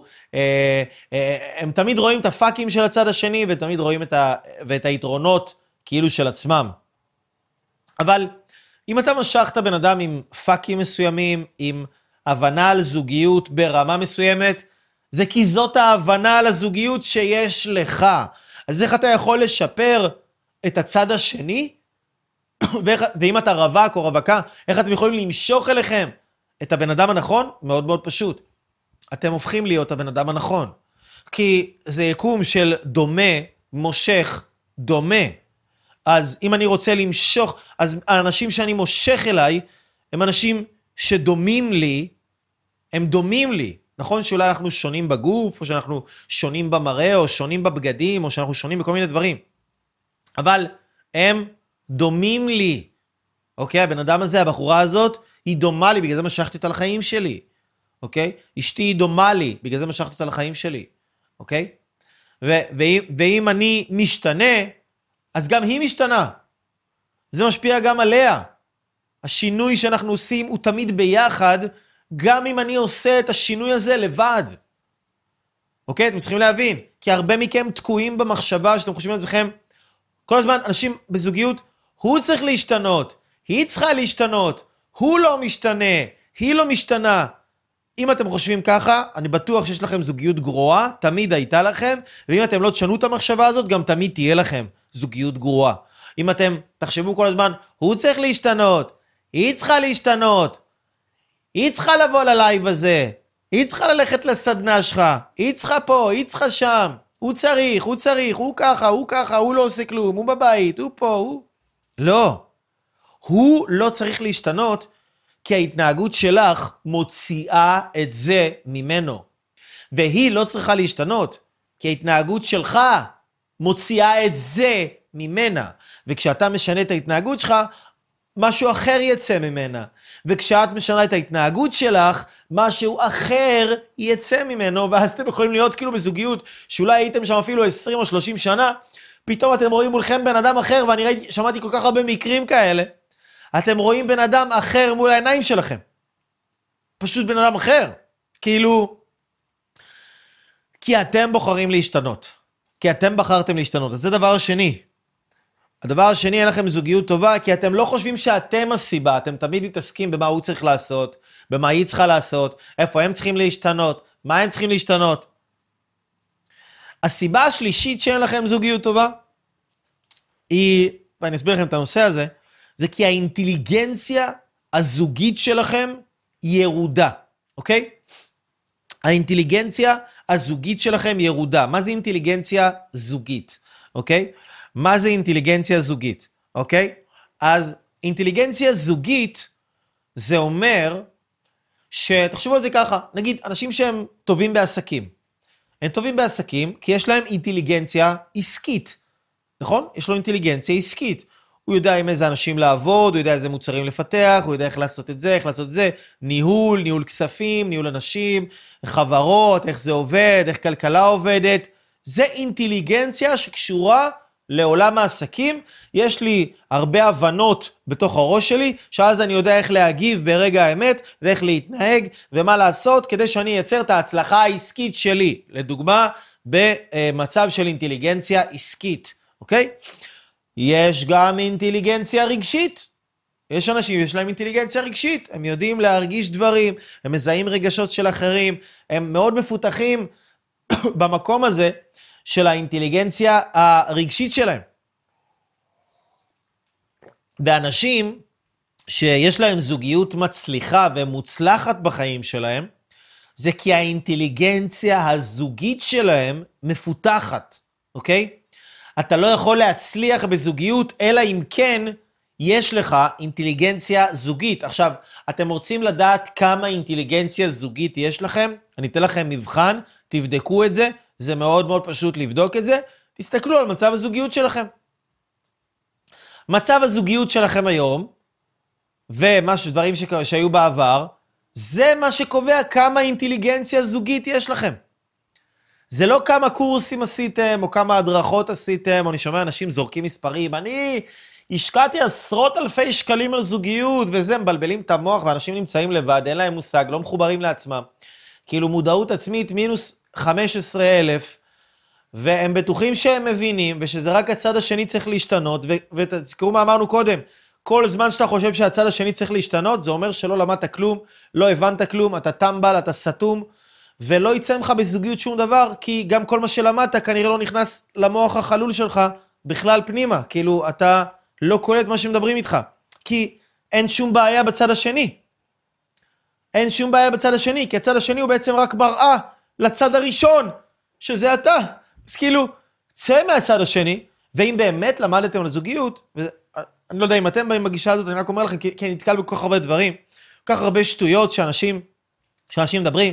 Speaker 1: הם תמיד רואים את הפאקים של הצד השני, ותמיד רואים ואת היתרונות כאילו של עצמם. אבל אם אתה משכת בן אדם עם פאקים מסוימים, עם הבנה על זוגיות ברמה מסוימת, זה כי זאת ההבנה על הזוגיות שיש לך. אז איך אתה יכול לשפר את הצד השני? ואם אתה רווק או רווקה, איך אתם יכולים למשוך אליכם את הבן אדם הנכון? מאוד מאוד פשוט. אתם הופכים להיות הבן אדם הנכון. כי זה יקום של דומה, מושך, דומה. אז אם אני רוצה למשוך, אז האנשים שאני מושך אליי, הם אנשים שדומים לי, הם דומים לי. נכון שאולי אנחנו שונים בגוף, או שאנחנו שונים במראה, או שונים בבגדים, או שאנחנו שונים בכל מיני דברים. אבל הם דומים לי. אוקיי? הבן אדם הזה, הבחורה הזאת, היא דומה לי, בגלל זה משכתי אותה לחיים שלי. אוקיי? אשתי היא דומה לי, בגלל זה משכתי אותה לחיים שלי. אוקיי? ואם אני משתנה, אז גם היא משתנה. זה משפיע גם עליה. השינוי שאנחנו עושים הוא תמיד ביחד, גם אם אני עושה את השינוי הזה לבד. אוקיי? אתם צריכים להבין. כי הרבה מכם תקועים במחשבה שאתם חושבים על עצמכם, כל הזמן אנשים בזוגיות, הוא צריך להשתנות, היא צריכה להשתנות, הוא לא משתנה, היא לא משתנה. אם אתם חושבים ככה, אני בטוח שיש לכם זוגיות גרועה, תמיד הייתה לכם, ואם אתם לא תשנו את המחשבה הזאת, גם תמיד תהיה לכם זוגיות גרועה. אם אתם תחשבו כל הזמן, הוא צריך להשתנות, היא צריכה להשתנות, היא צריכה לבוא ללייב הזה, היא צריכה ללכת לסדנה שלך, היא צריכה פה, היא צריכה שם, הוא צריך, הוא ככה, הוא לא עושה כלום, הוא בבית, הוא פה, הוא... לא. הוא לא צריך להשתנות, כי ההתנהגות שלך מוציאה את זה ממנו. והיא לא צריכה להשתנות, כי ההתנהגות שלך מוציאה את זה ממנה. וכשאתה משנה את ההתנהגות שלך, משהו אחר יצא ממנה. וכשאת משנה את ההתנהגות שלך, משהו אחר יצא ממנו, ואז אתם יכולים להיות כאילו בזוגיות, שאולי הייתם שם אפילו 20 או 30 שנה, פתאום אתם רואים מולכם בן אדם אחר, ואני שמעתי כל כך הרבה מקרים כאלה, אתם רואים בן אדם אחר מול העיניים שלכם. פשוט בן אדם אחר. כאילו, כי אתם בוחרים להשתנות. כי אתם בחרתם להשתנות. אז זה דבר שני. הדבר השני, אין לכם זוגיות טובה, כי אתם לא חושבים שאתם הסיבה, אתם תמיד מתעסקים במה הוא צריך לעשות, במה היא צריכה לעשות, איפה הם צריכים להשתנות, מה הם צריכים להשתנות. הסיבה השלישית שאין לכם זוגיות טובה, היא, ואני אסביר לכם את הנושא הזה, זה כי האינטליגנציה הזוגית שלכם ירודה, אוקיי? האינטליגנציה הזוגית שלכם ירודה. מה זה אינטליגנציה זוגית, אוקיי? מה זה אינטליגנציה זוגית, אוקיי? אז אינטליגנציה זוגית זה אומר שתחשבו על זה ככה, נגיד אנשים שהם טובים בעסקים. הם טובים בעסקים כי יש להם אינטליגנציה עסקית, נכון? יש לו אינטליגנציה עסקית. הוא יודע עם איזה אנשים לעבוד, הוא יודע איזה מוצרים לפתח, הוא יודע איך לעשות את זה, איך לעשות את זה, ניהול כספים, ניהול אנשים, חברות, איך זה עובד, איך כלכלה עובדת. זה אינטליגנציה שקשורה לעולם העסקים. יש לי הרבה הבנות בתוך הראש שלי, שאז אני יודע איך להגיב ברגע האמת, ואיך להתנהג, ומה לעשות, כדי שאני אייצר את ההצלחה העסקית שלי. לדוגמה, במצב של אינטליגנציה עסקית, אוקיי? יש גם אינטליגנציה רגשית. יש אנשים, יש להם אינטליגנציה רגשית. הם יודעים להרגיש דברים, הם מזהים רגשות של אחרים, הם מאוד מפותחים במקום הזה של האינטליגנציה הרגשית שלהם. באנשים שיש להם זוגיות מצליחה ומוצלחת בחיים שלהם, זה כי האינטליגנציה הזוגית שלהם מפותחת, אוקיי? אתה לא יכול להצליח בזוגיות, אלא אם כן יש לך אינטליגנציה זוגית. עכשיו, אתם רוצים לדעת כמה אינטליגנציה זוגית יש לכם? אני אתן לכם מבחן, תבדקו את זה, זה מאוד מאוד פשוט לבדוק את זה. תסתכלו על מצב הזוגיות שלכם. מצב הזוגיות שלכם היום, דברים שהיו בעבר, זה מה שקובע כמה אינטליגנציה זוגית יש לכם. זה לא כמה קורסים עשיתם, או כמה הדרכות עשיתם, או אני שומע אנשים זורקים מספרים, אני השקעתי עשרות אלפי שקלים על זוגיות, וזה מבלבלים את המוח, ואנשים נמצאים לבד, אין להם מושג, לא מחוברים לעצמם. כאילו מודעות עצמית מינוס 15,000, והם בטוחים שהם מבינים, ושזה רק הצד השני צריך להשתנות, ותזכרו מה אמרנו קודם, כל זמן שאתה חושב שהצד השני צריך להשתנות, זה אומר שלא למדת כלום, לא הבנת כלום, אתה טמבל, אתה סתום, ולא יצא ממך בזוגיות שום דבר, כי גם כל מה שלמדת כנראה לא נכנס למוח החלול שלך בכלל פנימה, כאילו אתה לא קולט מה שמדברים איתך, כי אין שום בעיה בצד השני. אין שום בעיה בצד השני, כי הצד השני הוא בעצם רק מראה לצד הראשון, שזה אתה. אז כאילו, צא מהצד השני, ואם באמת למדתם על זוגיות, אני לא יודע אם אתם באים בגישה הזאת, אני רק אומר לכם, כי אני נתקל בכל כך הרבה דברים, כל כך הרבה שטויות שאנשים מדברים.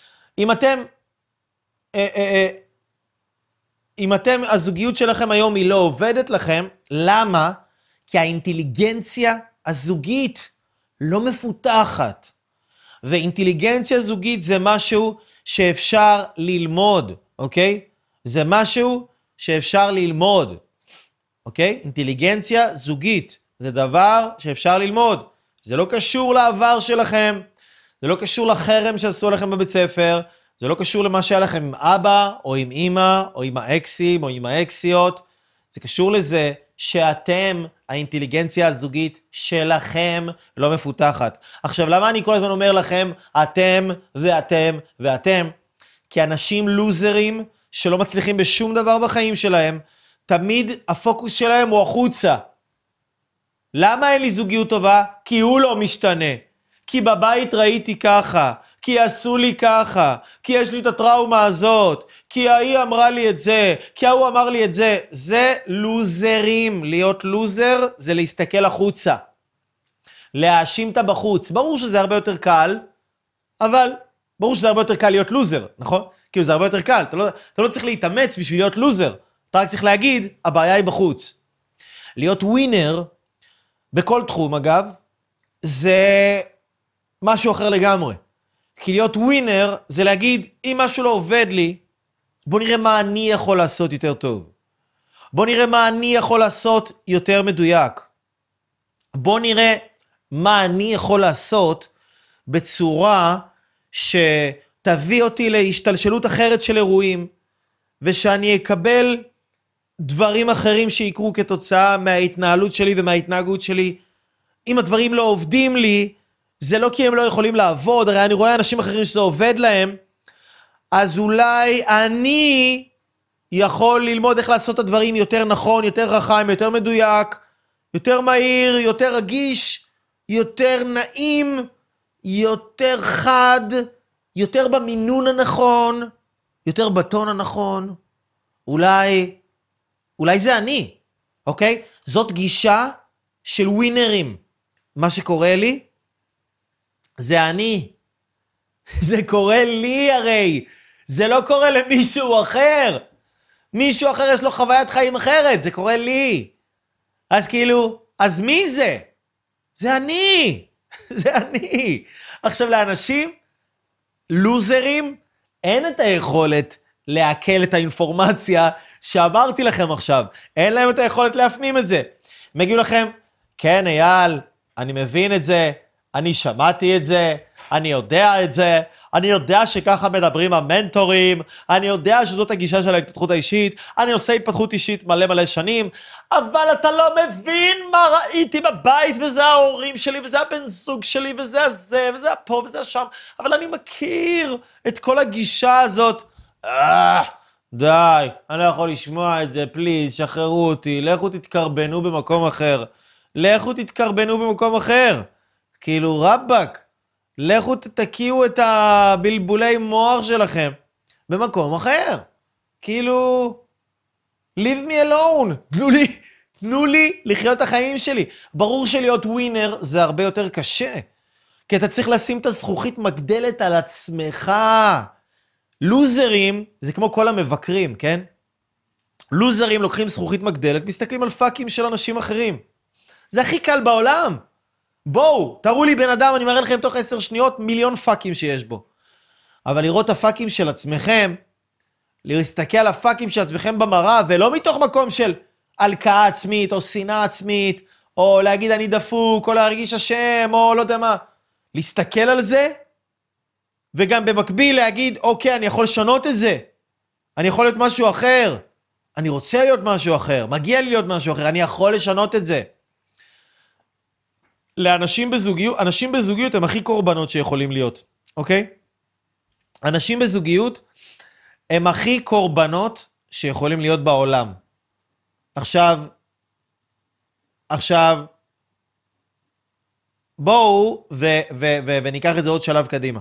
Speaker 1: אם אתם, הזוגיות שלכם היום היא לא עובדת לכם, למה? כי האינטליגנציה הזוגית לא מפותחת. ואינטליגנציה זוגית זה משהו שאפשר ללמוד, אוקיי? זה משהו שאפשר ללמוד, אוקיי? אינטליגנציה זוגית זה דבר שאפשר ללמוד. זה לא קשור לעבר שלכם, זה לא קשור לחרם שעשו לכם בבית ספר, זה לא קשור למה שהיה לכם עם אבא, או עם אמא, או עם האקסים, או עם האקסיות. זה קשור לזה שאתם, האינטליגנציה הזוגית שלכם לא מפותחת. עכשיו, למה אני כל הזמן אומר לכם, אתם ואתם ואתם? כי אנשים לוזרים שלא מצליחים בשום דבר בחיים שלהם, תמיד הפוקוס שלהם הוא החוצה. למה אין לי זוגיות טובה? כי הוא לא משתנה. כי בבית ראיתי ככה, כי עשו לי ככה, כי יש לי את הטראומה הזאת, כי ההיא אמרה לי את זה, כי ההוא אמר לי את זה. זה לוזרים. להיות לוזר זה להסתכל החוצה. להאשים את הבחוץ. ברור שזה הרבה יותר קל, אבל ברור שזה הרבה יותר קל להיות לוזר, נכון? כאילו זה הרבה יותר קל. אתה לא צריך להתאמץ בשביל להיות לוזר. אתה רק צריך להגיד, הבעיה היא בחוץ. להיות ווינר, בכל תחום אגב, זה משהו אחר לגמרי. כי להיות ווינר זה להגיד, אם משהו לא עובד לי, בוא נראה מה אני יכול לעשות יותר טוב. בוא נראה מה אני יכול לעשות יותר מדויק. בוא נראה מה אני יכול לעשות בצורה שתביא אותי להשתלשלות אחרת של אירועים, ושאני אקבל דברים אחרים שיקרו כתוצאה מההתנהלות שלי ומההתנהגות שלי. אם הדברים לא עובדים לי, זה לא כי הם לא יכולים לעבוד, הרי אני רואה אנשים אחרים שזה עובד להם, אז אולי אני יכול ללמוד איך לעשות את הדברים יותר נכון, יותר חכם, יותר מדויק, יותר מהיר, יותר רגיש, יותר נעים, יותר חד, יותר במינון הנכון, יותר בטון הנכון. אולי זה אני, אוקיי? זאת גישה של ווינרים. מה שקורה לי, זה אני. זה קורה לי הרי. זה לא קורה למישהו אחר. מישהו אחר יש לו חוויית חיים אחרת, זה קורה לי. אז כאילו, אז מי זה? זה אני. זה אני. עכשיו לאנשים, לוזרים, אין את היכולת לעכל את האינפורמציה שאמרתי לכם עכשיו. אין להם את היכולת להפנים את זה. הם יגידו לכם, כן אייל, אני מבין את זה, אני שמעתי את זה, אני יודע את זה, אני יודע שככה מדברים המנטורים, אני יודע שזאת הגישה של ההתפתחות האישית, אני עושה התפתחות אישית מלא שנים, אבל אתה לא מבין מה ראיתי בבית, וזה ההורים שלי, וזה הבן זוג שלי, וזה הזה, וזה פה, וזה שם, אבל אני מכיר את כל הגישה הזאת. די, אני לא יכול לשמוע את זה, פליז, שחררו אותי, לכו תתקרבנו במקום אחר. לכו תתקרבנו במקום אחר. כאילו רבק, לכו תקיעו את הבלבולי מוח שלכם במקום אחר. כאילו, leave me alone. תנו לי לחיות את החיים שלי. ברור שלהיות ווינר זה הרבה יותר קשה. כי אתה צריך לשים את הזכוכית מגדלת על עצמך. לוזרים, זה כמו כל המבקרים, כן? לוזרים לוקחים זכוכית מגדלת, מסתכלים על פאקים של אנשים אחרים. זה הכי קל בעולם. בואו, תראו לי בן אדם, אני מראה לכם תוך 10 שניות מיליון פאקים שיש בו. אבל לראות את הפאקים של עצמכם, להסתכל על הפאקים של עצמכם במראה, ולא מתוך מקום של הלקאה עצמית, או שנאה עצמית, או להגיד אני דפוק, או להרגיש השם, או לא יודע מה. להסתכל על זה, וגם במקביל להגיד, אוקיי, אני יכול לשנות את זה. אני יכול להיות משהו אחר. אני רוצה להיות משהו אחר. מגיע לי להיות משהו אחר. אני יכול לשנות את זה. לאנשים בזוגיות, אנשים בזוגיות הם הכי קורבנות שיכולים להיות. אוקיי? אנשים בזוגיות הם הכי קורבנות שיכולים להיות בעולם. עכשיו, בואו וניקח את זה עוד שלב קדימה.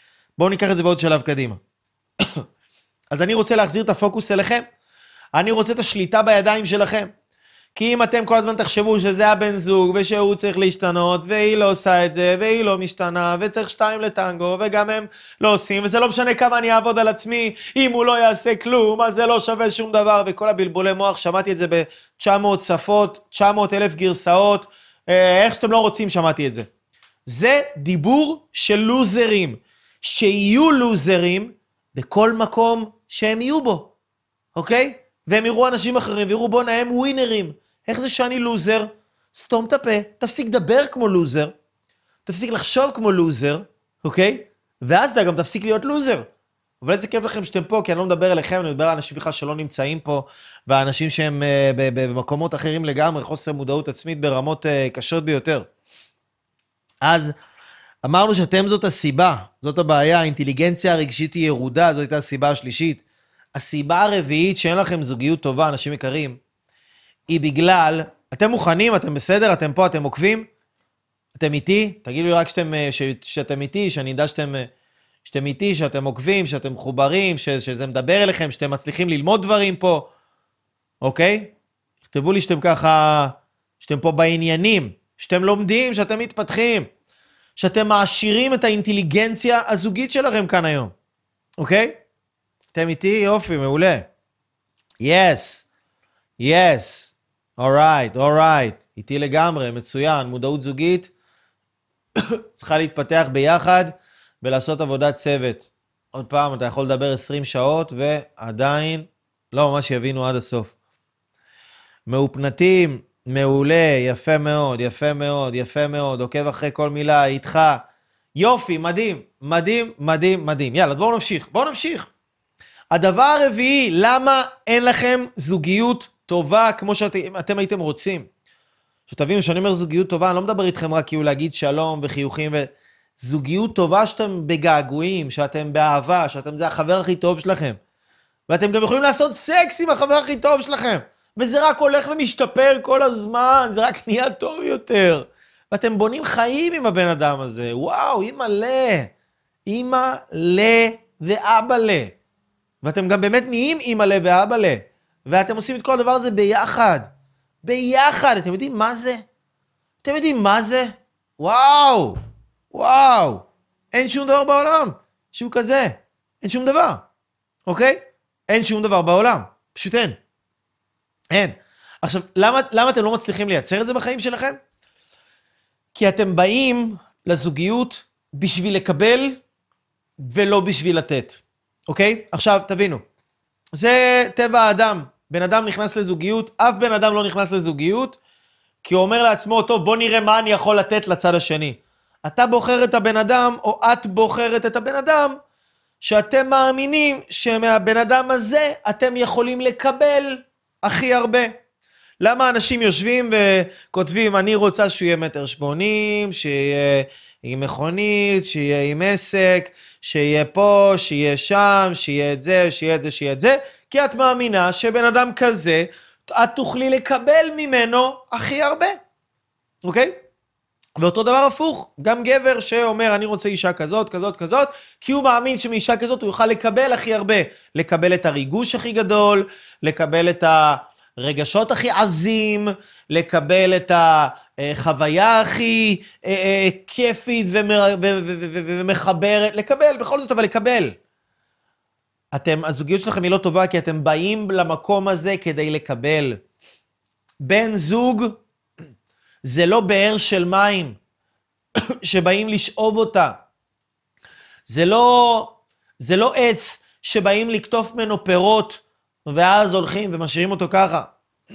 Speaker 1: אז אני רוצה להחזיר את הפוקוס אליכם. אני רוצה את השליטה בידיים שלכם. כי אם אתם כל הזמן תחשבו שזה הבן זוג, ושהוא צריך להשתנות, והיא לא עושה את זה, והיא לא משתנה, וצריך 2 לטנגו, וגם הם לא עושים, וזה לא משנה כמה אני אעבוד על עצמי, אם הוא לא יעשה כלום, אז זה לא שווה שום דבר, וכל הבלבולי מוח, שמעתי את זה ב-900 שפות, 900,000 גרסאות, איך שאתם לא רוצים, שמעתי את זה. זה דיבור של לוזרים, שיהיו לוזרים בכל מקום שהם יהיו בו, אוקיי? והם יראו אנשים אחרים, ויראו בוא נהם ווינרים. איך זה שאני לוזר? סתום את הפה, תפסיק לדבר כמו לוזר, תפסיק לחשוב כמו לוזר, אוקיי? ואז אתה גם תפסיק להיות לוזר. אבל איזה כיף לכם שאתם פה, כי אני לא מדבר אליכם, אני מדבר על אנשים בכלל שלא נמצאים פה, והאנשים שהם במקומות אחרים לגמרי, חוסר מודעות עצמית ברמות קשות ביותר. אז אמרנו שאתם זאת הסיבה, זאת הבעיה, האינטליגנציה הרגשית היא ירודה, זאת הייתה הסיבה השלישית. הסיבה הרביעית שאין לכם זוגיות טובה, אנשים יקרים, היא בגלל, אתם מוכנים, אתם בסדר, אתם פה, אתם עוקבים, אתם איתי, תגידו לי רק שאתם איתי, שאני יודע שאתם איתי, שאתם עוקבים, שאתם מחוברים, שזה מדבר אליכם, שאתם מצליחים ללמוד דברים פה, אוקיי? תכתבו לי שאתם ככה, שאתם פה בעניינים, שאתם לומדים, שאתם מתפתחים, שאתם מעשירים את האינטליגנציה הזוגית שלכם כאן היום, אוקיי? אתם איתי? יופי, מעולה. Yes, alright, איתי לגמרי, מצוין, מודעות זוגית, צריכה להתפתח ביחד, ולעשות עבודת צוות. עוד פעם, אתה יכול לדבר 20 שעות, ועדיין לא ממש יבינו עד הסוף. מאופנתים, מעולה, יפה מאוד, יפה מאוד, יפה מאוד, עוקב אחרי כל מילה, איתך. יופי, מדהים, מדהים, מדהים, מדהים. יאללה, בואו נמשיך, בואו נמשיך. הדבר הרביעי, למה אין לכם זוגיות טובה כמו שאתם הייתם רוצים? שתבינו, שאני אומר זוגיות טובה, אני לא מדבר איתכם רק כאילו להגיד שלום וחיוכים זוגיות טובה שאתם בגעגועים, שאתם באהבה, שאתם זה החבר הכי טוב שלכם. ואתם גם יכולים לעשות סקס עם החבר הכי טוב שלכם. וזה רק הולך ומשתפר כל הזמן, זה רק נהיה טוב יותר. ואתם בונים חיים עם הבן אדם הזה. וואו, אמא לה ואבא לה. ואתם גם באמת נהיים אמא לה ואבא לה. ואתם עושים את כל הדבר הזה ביחד. ביחד. אתם יודעים מה זה? אתם יודעים מה זה? וואו. וואו. אין שום דבר בעולם שהוא כזה. אין שום דבר. אוקיי? אין שום דבר בעולם. פשוט אין. אין. עכשיו, למה אתם לא מצליחים לייצר את זה בחיים שלכם? כי אתם באים לזוגיות בשביל לקבל ולא בשביל לתת. אוקיי? עכשיו, תבינו. זה טבע האדם. בן אדם נכנס לזוגיות, אף בן אדם לא נכנס לזוגיות, כי הוא אומר לעצמו, טוב, בוא נראה מה אני יכול לתת לצד השני. אתה בוחר את הבן אדם, או את בוחרת את הבן אדם, שאתם מאמינים שמהבן אדם הזה אתם יכולים לקבל הכי הרבה. למה אנשים יושבים וכותבים, אני רוצה שהוא יהיה 1.80 מטר, שיהיה עם מכונית, שיהיה עם עסק, שיהיה פה, שיהיה שם, שיהיה את זה, שיהיה את זה, שיהיה את זה, כי את מאמינה שבן אדם כזה, את תוכלי לקבל ממנו הכי הרבה. אוקיי? ואותו דבר הפוך, גם גבר שאומר אני רוצה אישה כזאת, כזאת, כזאת, כי הוא מאמין שמאישה כזאת הוא יוכל לקבל הכי הרבה, לקבל את הריגוש הכי גדול, לקבל את הרגשות הכי עזים, לקבל את החוויה הכי כיפית ומחברת, לקבל, בכל זאת אבל לקבל. הזוגיות שלכם היא לא טובה כי אתם באים למקום הזה כדי לקבל. בן זוג זה לא באר של מים שבאים לשאוב אותה. זה לא עץ שבאים לקטוף ממנו פירות ואז הולכים ומשאירים אותו ככה.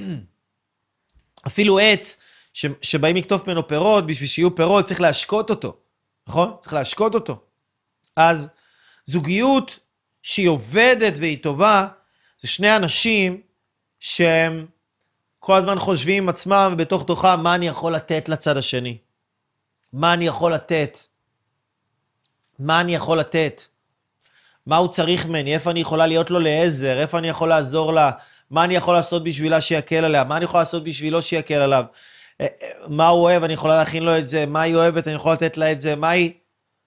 Speaker 1: אפילו עץ שבאים לקטוף ממנו פירות, בשביל שיהיו פירות צריך להשקות אותו. נכון? צריך להשקות אותו. אז זוגיות שהיא עובדת והיא טובה, זה שני אנשים שהם כל הזמן חושבים עם עצמם ובתוך תוכם מה אני יכול לתת לצד השני. מה אני יכול לתת? מה אני יכול לתת? מה הוא צריך ממני? איפה אני יכולה להיות לו לעזר? איפה אני יכול לעזור לה? מה אני יכול לעשות בשבילה שיקל עליה? מה אני יכול לעשות בשבילו שיקל עליו? מה הוא אוהב? אני יכולה להכין לו את זה. מה היא אוהבת? אני יכולה לתת לה את זה. מה היא?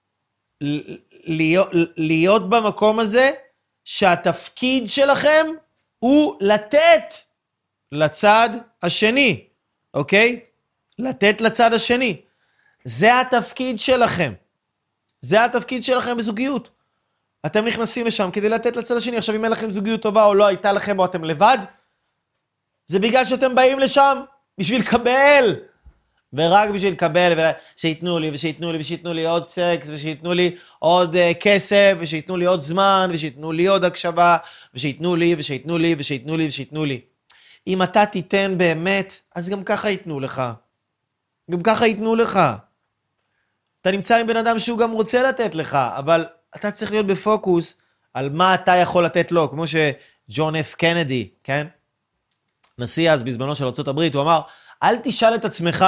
Speaker 1: להיות במקום הזה שהתפקיד שלכם הוא לתת לצד השני, אוקיי? לתת לצד השני. זה התפקיד שלכם. זה התפקיד שלכם בזוגיות. אתם נכנסים לשם כדי לתת לצד השני. עכשיו אם אין לכם זוגיות טובה או לא הייתה לכם או אתם לבד, זה בגלל שאתם באים לשם בשביל לקבל. ורק בשביל לקבל, שיתנו לי ושיתנו לי ושיתנו לי עוד סקס ושיתנו לי עוד כסף ושיתנו לי עוד זמן ושיתנו לי עוד הקשבה ושיתנו לי ושיתנו לי ושיתנו לי ושיתנו לי. אם אתה תיתן באמת, אז גם ככה ייתנו לך. גם ככה ייתנו לך. אתה נמצא עם בן אדם שהוא גם רוצה לתת לך, אבל אתה צריך להיות בפוקוס על מה אתה יכול לתת לו, כמו שג'ון אף קנדי, כן? נשיא אז בזמנו של ארצות הברית, הוא אמר, אל תשאל את עצמך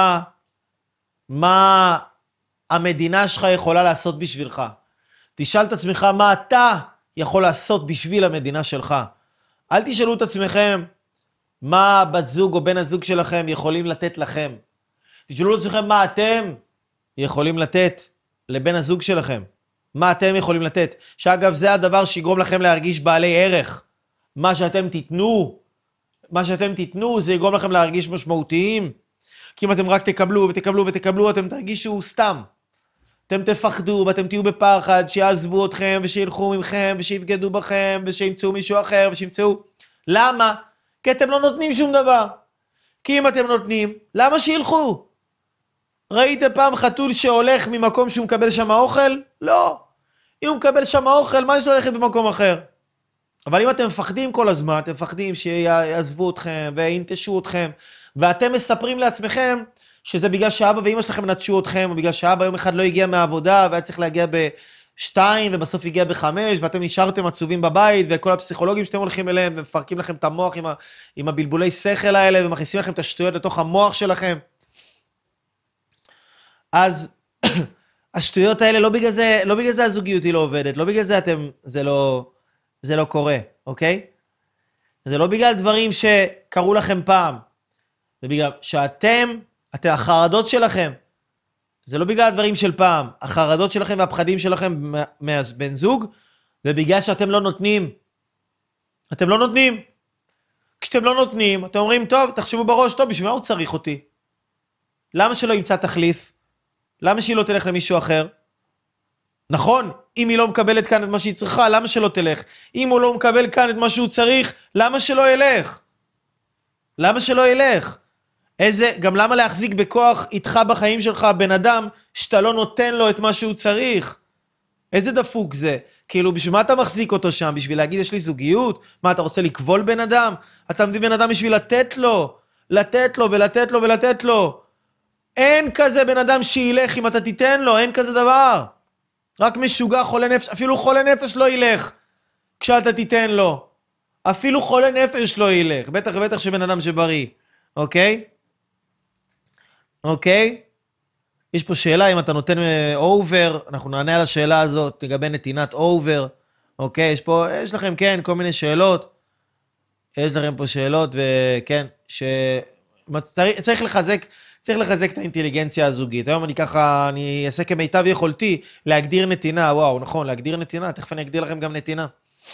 Speaker 1: מה המדינה שלך יכולה לעשות בשבילך. תשאל את עצמך מה אתה יכול לעשות בשביל המדינה שלך. אל תשאלו את עצמכם מה בת זוג או בן הזוג שלכם יכולים לתת לכם. תשאלו את עצמכם מה אתם יכולים לתת לבן הזוג שלכם. מה אתם יכולים לתת. שאגב זה הדבר שיגרום לכם להרגיש בעלי ערך. מה שאתם תיתנו זה יגרום לכם להרגיש משמעותיים. כי אם אתם רק תקבלו ותקבלו ותקבלו, אתם תרגישו סתם. אתם תפחדו ואתם תהיו בפחד שיעזבו אתכם ושילכו ממכם ושיבגדו בכם ושימצאו מישהו אחר ושימצאו. למה? כי אתם לא נותנים שום דבר. כי אם אתם נותנים, למה שילכו? ראיתם פעם חתול שהולך ממקום שהוא מקבל שם אוכל? לא. אם הוא מקבל שם אוכל, מה יש לו ללכת במקום אחר? אבל אם אתם מפחדים כל הזמן, אתם מפחדים שיעזבו אתכם וינטשו אתכם, ואתם מספרים לעצמכם שזה בגלל שאבא ואמא שלכם נטשו אתכם, או בגלל שאבא יום אחד לא הגיע מהעבודה, והיה צריך להגיע ב-2, ובסוף הגיע ב-5, ואתם נשארתם עצובים בבית, וכל הפסיכולוגים שאתם הולכים אליהם, ומפרקים לכם את המוח עם הבלבולי שכל האלה, ומכניסים לכם את השטויות לתוך המוח שלכם. אז השטויות האלה, לא בגלל זה הזוגיות היא לא עובדת, לא בגלל זה זה לא קורה, אוקיי? זה לא בגלל דברים שקרו לכם פעם, זה בגלל החרדות שלכם, זה לא בגלל הדברים של פעם, החרדות שלכם והפחדים שלכם מהבן זוג, ובגלל שאתם לא נותנים. אתם לא נותנים. כשאתם לא נותנים, אתם אומרים, טוב, תחשבו בראש, טוב, בשביל מה הוא צריך אותי? למה שלא ימצא תחליף? למה שהיא לא תלך למישהו אחר? נכון, אם היא לא מקבלת כאן את מה שהיא צריכה, למה שלא תלך? אם הוא לא מקבל כאן את מה שהוא צריך, למה שלא ילך? למה שלא ילך? גם למה להחזיק בכוח איתך בחיים שלך בן אדם שאתה לא נותן לו את מה שהוא צריך? איזה דפוק זה? כאילו, בשביל מה אתה מחזיק אותו שם? בשביל להגיד יש לי זוגיות? מה, אתה רוצה לקבול בן אדם? אתה מביא בן אדם בשביל לתת לו ולתת לו ולתת לו. אין כזה בן אדם שילך אם אתה תיתן לו, אין כזה דבר. רק משוגע, חולה נפש, אפילו חולה נפש לא ילך כשאתה תיתן לו. אפילו חולה נפש לא ילך, בטח ובטח שבן אדם שבריא, אוקיי? אוקיי? יש פה שאלה אם אתה נותן אובר, אנחנו נענה על השאלה הזאת לגבי נתינת אובר, אוקיי? יש לכם כן כל מיני שאלות, יש לכם פה שאלות וכן, צריך לחזק את האינטליגנציה הזוגית. היום אני אעשה כמיטב יכולתי להגדיר נתינה, וואו, נכון, להגדיר נתינה, תכף אני אגדיר לכם גם נתינה.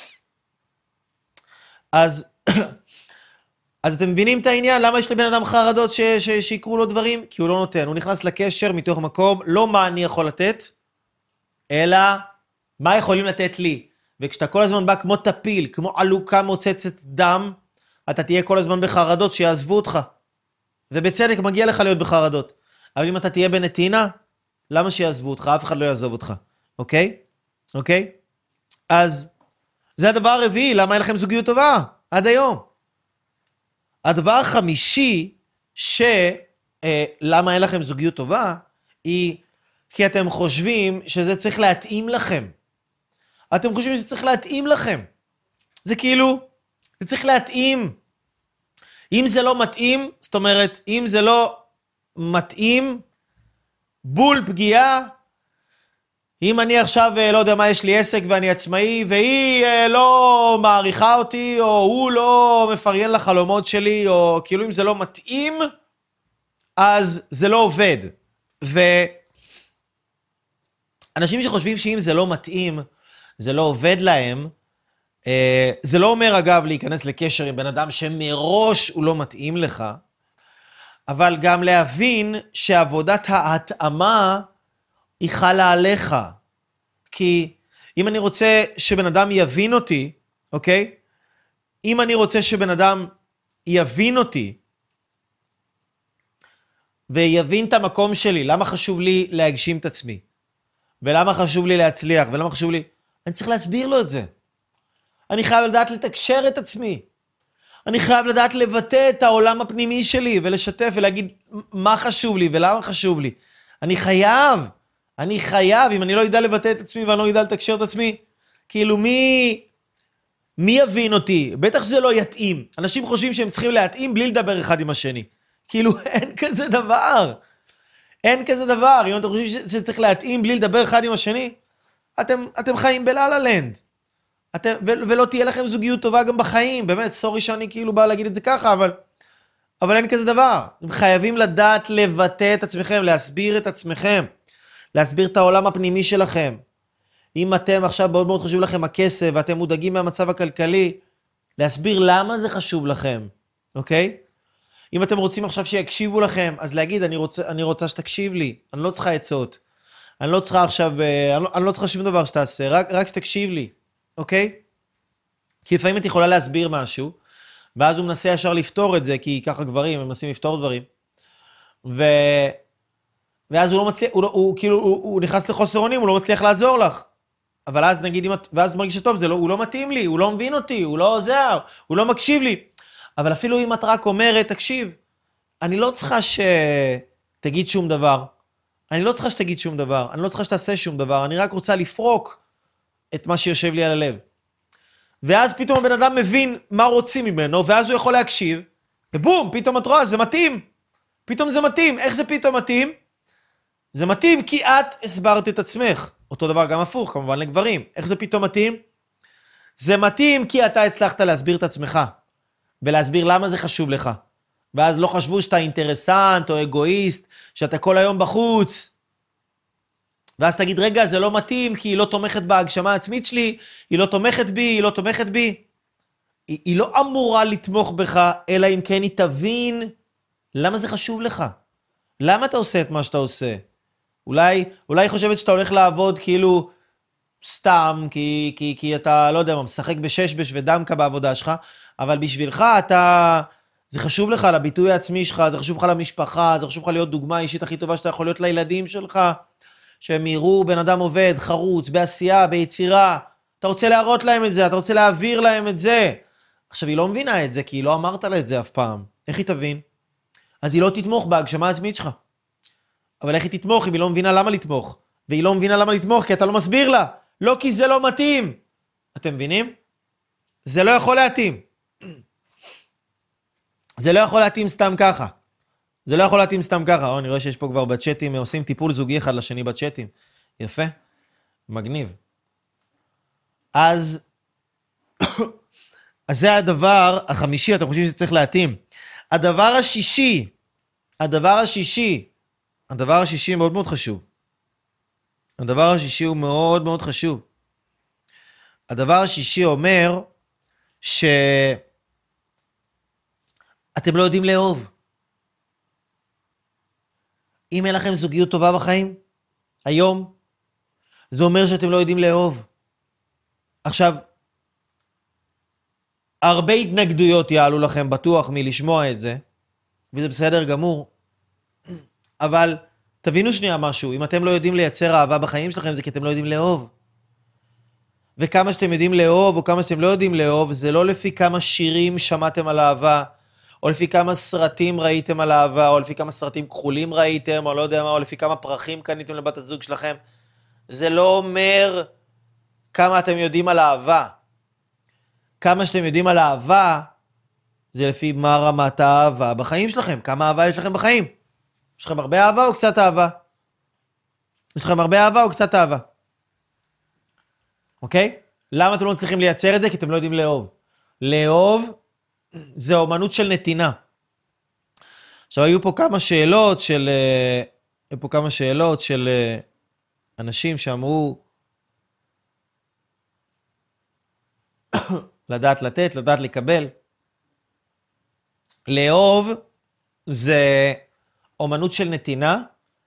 Speaker 1: אז אתם מבינים את העניין? למה יש לבן אדם חרדות שיקרו לו דברים? כי הוא לא נותן, הוא נכנס לקשר מתוך מקום, לא מה אני יכול לתת, אלא מה יכולים לתת לי. וכשאתה כל הזמן בא כמו טפיל, כמו עלוקה מוצצת דם, אתה תהיה כל הזמן בחרדות שיעזבו אותך. ובצדק מגיע לך להיות בחרדות. אבל אם אתה תהיה בנתינה, למה שיעזבו אותך? אף אחד לא יעזוב אותך. אוקיי? אוקיי? אז זה הדבר הרביעי, למה אין לכם זוגיות טובה? עד היום. הדבר החמישי, למה אין לכם זוגיות טובה, היא כי אתם חושבים שזה צריך להתאים לכם. אתם חושבים שזה צריך להתאים לכם. זה כאילו, זה צריך להתאים. אם זה לא מתאים, זאת אומרת, אם זה לא מתאים, בול פגיעה, אם אני עכשיו לא יודע מה יש לי עסק ואני עצמאי, והיא לא מעריכה אותי, או הוא לא מפריין לחלומות שלי, או כאילו אם זה לא מתאים, אז זה לא עובד. ואנשים שחושבים שאם זה לא מתאים, זה לא עובד להם, זה לא אומר אגב להיכנס לקשר עם בן אדם שמראש הוא לא מתאים לך, אבל גם להבין שעבודת ההתאמה היא חלה עליך. כי אם אני רוצה שבן אדם יבין אותי, אוקיי? אם אני רוצה שבן אדם יבין אותי, ויבין את המקום שלי, למה חשוב לי להגשים את עצמי, ולמה חשוב לי להצליח, ולמה חשוב לי, אני צריך להסביר לו את זה. אני חייב לדעת לתקשר את עצמי. אני חייב לדעת לבטא את העולם הפנימי שלי, ולשתף ולהגיד מה חשוב לי ולמה חשוב לי. אני חייב, אם אני לא יודע לבטא את עצמי ואני לא יודע לתקשר את עצמי, כאילו מי יבין אותי? בטח שזה לא יתאים. אנשים חושבים שהם צריכים להתאים בלי לדבר אחד עם השני. כאילו אין כזה דבר. אין כזה דבר. אם אתם חושבים שצריך להתאים בלי לדבר אחד עם השני, אתם חיים בלה-לה לנד. ולא תהיה לכם זוגיות טובה גם בחיים. באמת, סורי שאני כאילו בא להגיד את זה ככה, אבל אין כזה דבר. אתם חייבים לדעת לבטא את עצמכם, להסביר את עצמכם, להסביר את העולם הפנימי שלכם. אם אתם עכשיו מאוד מאוד חשוב לכם הכסף, ואתם מודאגים מהמצב הכלכלי, להסביר למה זה חשוב לכם, אוקיי? אם אתם רוצים עכשיו שיקשיבו לכם, אז להגיד, אני רוצה שתקשיב לי, אני לא צריכה עצות, אני לא צריכה עכשיו, אני לא צריכה שום דבר שתעשה, רק שתקשיב לי, אוקיי? כי לפעמים את יכולה להסביר משהו, ואז הוא מנסה ישר לפתור את זה, כי ככה גברים, הם מנסים לפתור דברים, ואז הוא לא מצליח, הוא נכנס לחוסר אונים, הוא לא מצליח לעזור לך. אבל אז נגיד, ואז מרגיש טוב, הוא לא מתאים לי, הוא לא מבין אותי, הוא לא עוזר, הוא לא מקשיב לי. אבל אפילו אם את רק אומרת, תקשיב, אני לא צריכה שתגיד שום דבר. אני לא צריכה שתגיד שום דבר. אני לא צריכה שתעשה שום דבר. אני רק רוצה לפרוק את מה שיושב לי על הלב. ואז פתאום הבן אדם מבין מה רוצים ממנו, ואז הוא יכול להקשיב, ובום, פתאום את רואה, זה מתאים. פתאום זה מתאים. איך זה פתאום מתאים? זה מתאים כי את הסברת את עצמך. אותו דבר גם הפוך, כמובן לגברים. איך זה פתאום מתאים? זה מתאים כי אתה הצלחת להסביר את עצמך, ולהסביר למה זה חשוב לך. ואז לא חשבו שאתה אינטרסנט או אגואיסט, שאתה כל היום בחוץ. ואז תגיד, רגע, זה לא מתאים, כי היא לא תומכת בהגשמה העצמית שלי, היא לא תומכת בי, היא לא תומכת בי. היא לא אמורה לתמוך בך, אלא אם כן היא תבין למה זה חשוב לך. למה אתה עושה את מה שאתה עושה? אולי היא חושבת שאתה הולך לעבוד כאילו סתם, כי אתה, לא יודע מה, משחק בששבש ודמקה בעבודה שלך, אבל בשבילך זה חשוב לך לביטוי העצמי שלך, זה חשוב לך למשפחה, זה חשוב לך להיות דוגמה אישית הכי טובה שאתה יכול להיות לילדים שלך, שהם יראו בן אדם עובד, חרוץ, בעשייה, ביצירה, אתה רוצה להראות להם את זה, אתה רוצה להעביר להם את זה. עכשיו, היא לא מבינה את זה, כי היא לא אמרת לה את זה אף פעם. איך היא תבין? אז היא לא תתמוך בהגשמה העצמית שלך. אבל איך היא תתמוך אם היא לא מבינה למה לתמוך? והיא לא מבינה למה לתמוך, כי אתה לא מסביר לה. לא כי זה לא מתאים. אתם מבינים? זה לא יכול להתאים. זה לא יכול להתאים סתם ככה. זה לא יכול להתאים סתם ככה. אני רואה שיש פה כבר בצ'אטים, עושים טיפול זוגי אחד לשני בצ'אטים. יפה. מגניב. אז זה הדבר החמישי, אתם חושבים שצריך להתאים. הדבר השישי מאוד מאוד חשוב. הדבר השישי הוא מאוד מאוד חשוב. הדבר השישי אומר שאתם לא יודעים לאהוב. אם אין לכם זוגיות טובה בחיים, היום, זה אומר שאתם לא יודעים לאהוב. עכשיו, הרבה התנגדויות יעלו לכם בטוח מלשמוע את זה, וזה בסדר גמור, אבל תבינו שנייה משהו, אם אתם לא יודעים לייצר אהבה בחיים שלכם, זה כי אתם לא יודעים לאהוב. וכמה שאתם יודעים לאהוב, או כמה שאתם לא יודעים לאהוב, זה לא לפי כמה שירים שמעתם על אהבה, או לפי כמה סרטים ראיתם על אהבה, או לפי כמה סרטים כחולים ראיתם, או לא יודע מה, או לפי כמה פרחים קניתם לבת הזוג שלכם. זה לא אומר כמה אתם יודעים על אהבה. כמה שאתם יודעים על אהבה, זה לפי מה רמת האהבה בחיים שלכם. כמה אהבה יש לכם בחיים? יש לכם הרבה אהבה או קצת אהבה? יש לכם הרבה אהבה או קצת אהבה? אוקיי? למה אתם לא צריכים לייצר את זה? כי אתם לא יודעים לאהוב. לאהוב זה אומנות של נתינה. עכשיו, היו פה כמה שאלות של אנשים שאמרו לדעת לתת, לדעת לקבל. לאהוב זה אומנות של נתינה,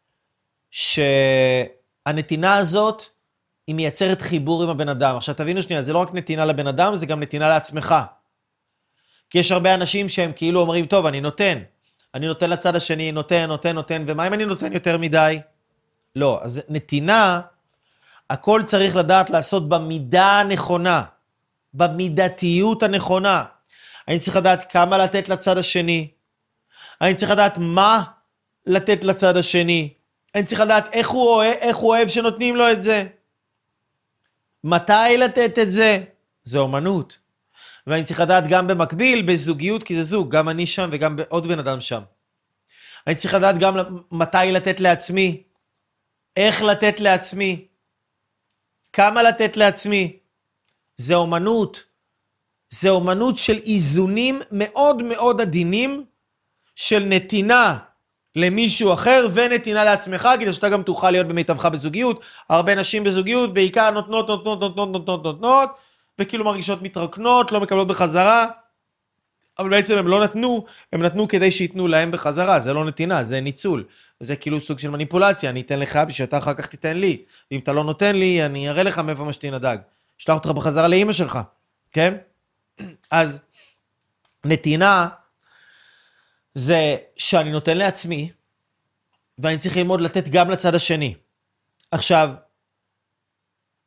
Speaker 1: שהנתינה הזאת היא מייצרת חיבור עם הבן אדם. עכשיו תבינו שנייה, זה לא רק נתינה לבן אדם, זה גם נתינה לעצמך. כי יש הרבה אנשים שהם כאילו אומרים, טוב, אני נותן לצד השני, נותן, ומה אם אני נותן יותר מדי? לא, אז נתינה, הכל צריך לדעת לעשות במידה הנכונה, במידתיות הנכונה. אני צריך לדעת כמה לתת לצד השני, אני צריך לדעת מה לתת לצד השני, אני צריך לדעת איך הוא אוהב שנותנים לו את זה, מתי לתת את זה, זה אומנות. ואני צריך לדעת גם במקביל, בזוגיות, כי זה זוג, גם אני שם וגם עוד בן אדם שם. אני צריך לדעת גם מתי לתת לעצמי, איך לתת לעצמי, כמה לתת לעצמי. זה אומנות. זה אומנות של איזונים מאוד מאוד עדינים, של נתינה למישהו אחר ונתינה לעצמך, כדי שאתה גם תוכל להיות במיטבך בזוגיות. הרבה נשים בזוגיות בעיקר נותנות, וכאילו מרגישות מתרקנות, לא מקבלות בחזרה, אבל בעצם הם נתנו כדי שיתנו להם בחזרה. זה לא נתינה, זה ניצול. זה כאילו סוג של מניפולציה, אני אתן לך בשביל אחר כך תיתן לי. ואם אתה לא נותן לי, אני אראה לך מאיפה משתין הדג. שלח אותך בחזרה לאמא שלך, כן? אז נתינה זה שאני נותן לעצמי, ואני צריך ללמוד לתת גם לצד השני. עכשיו,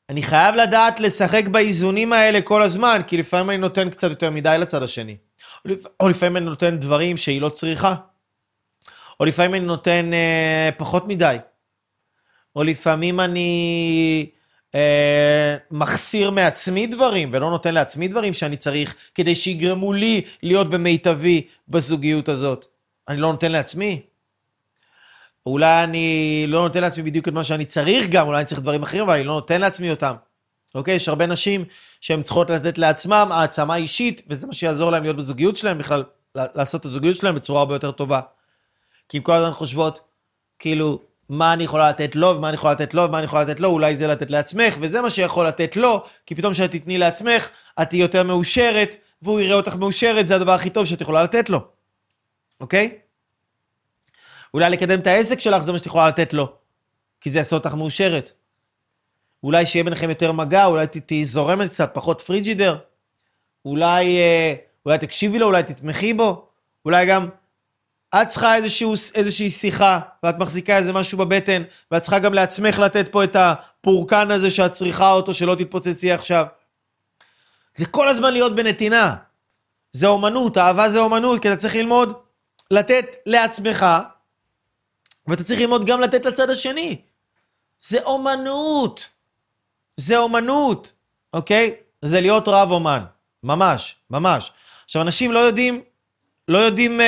Speaker 1: אני חייב לדעת לשחק באיזונים האלה כל הזמן, כי לפעמים אני נותן קצת יותר מדי לצד השני. או לפעמים אני נותן דברים שהיא לא צריכה. או לפעמים אני נותן פחות מדי. או לפעמים אני מחסיר מעצמי דברים, ולא נותן לעצמי דברים שאני צריך, כדי שיגרמו לי להיות במיטבי בזוגיות הזאת. אני לא נותן לעצמי. אולי אני לא נותן לעצמי בדיוק את מה שאני צריך גם, אולי אני צריך דברים אחרים, אבל אני לא נותן לעצמי אותם. אוקיי? יש הרבה נשים שהן צריכות לתת לעצמם העצמה אישית, וזה מה שיעזור להם להיות בזוגיות שלהם, בכלל לעשות את הזוגיות שלהם בצורה הרבה יותר טובה. כי אם כל הזמן חושבות, כאילו, מה אני יכולה לתת לו, ומה אני יכולה לתת לו, ומה אני יכולה לתת לו, אולי זה לתת לעצמך, וזה מה שיכול לתת לו, כי פתאום שאת תתני לעצמך, את תהיי יותר מאושרת, והוא יראה אותך מאושרת, זה הדבר הכי טוב שאת יכולה לתת לו. אוקיי? אולי לקדם את העסק שלך, זה מה שאת יכולה לתת לו, כי זה יעשה אותך מאושרת. אולי שיהיה ביניכם יותר מגע, אולי תהיי זורמת קצת, פחות פריג'ידר, אולי תקשיבי לו, אולי תתמכי בו, אולי גם את צריכה איזושהי שיחה, ואת מחזיקה איזה משהו בבטן, ואת צריכה גם לעצמך לתת פה את הפורקן הזה שאת צריכה אותו, שלא תתפוצצי עכשיו. זה כל הזמן להיות בנתינה. זה אומנות, אהבה זה אומנות, כי אתה צריך ללמוד לתת לעצמך, ואתה צריך ללמוד גם לתת לצד השני. זה אומנות. זה אומנות, אוקיי? זה להיות רב אומן. ממש, ממש. עכשיו, אנשים לא יודעים,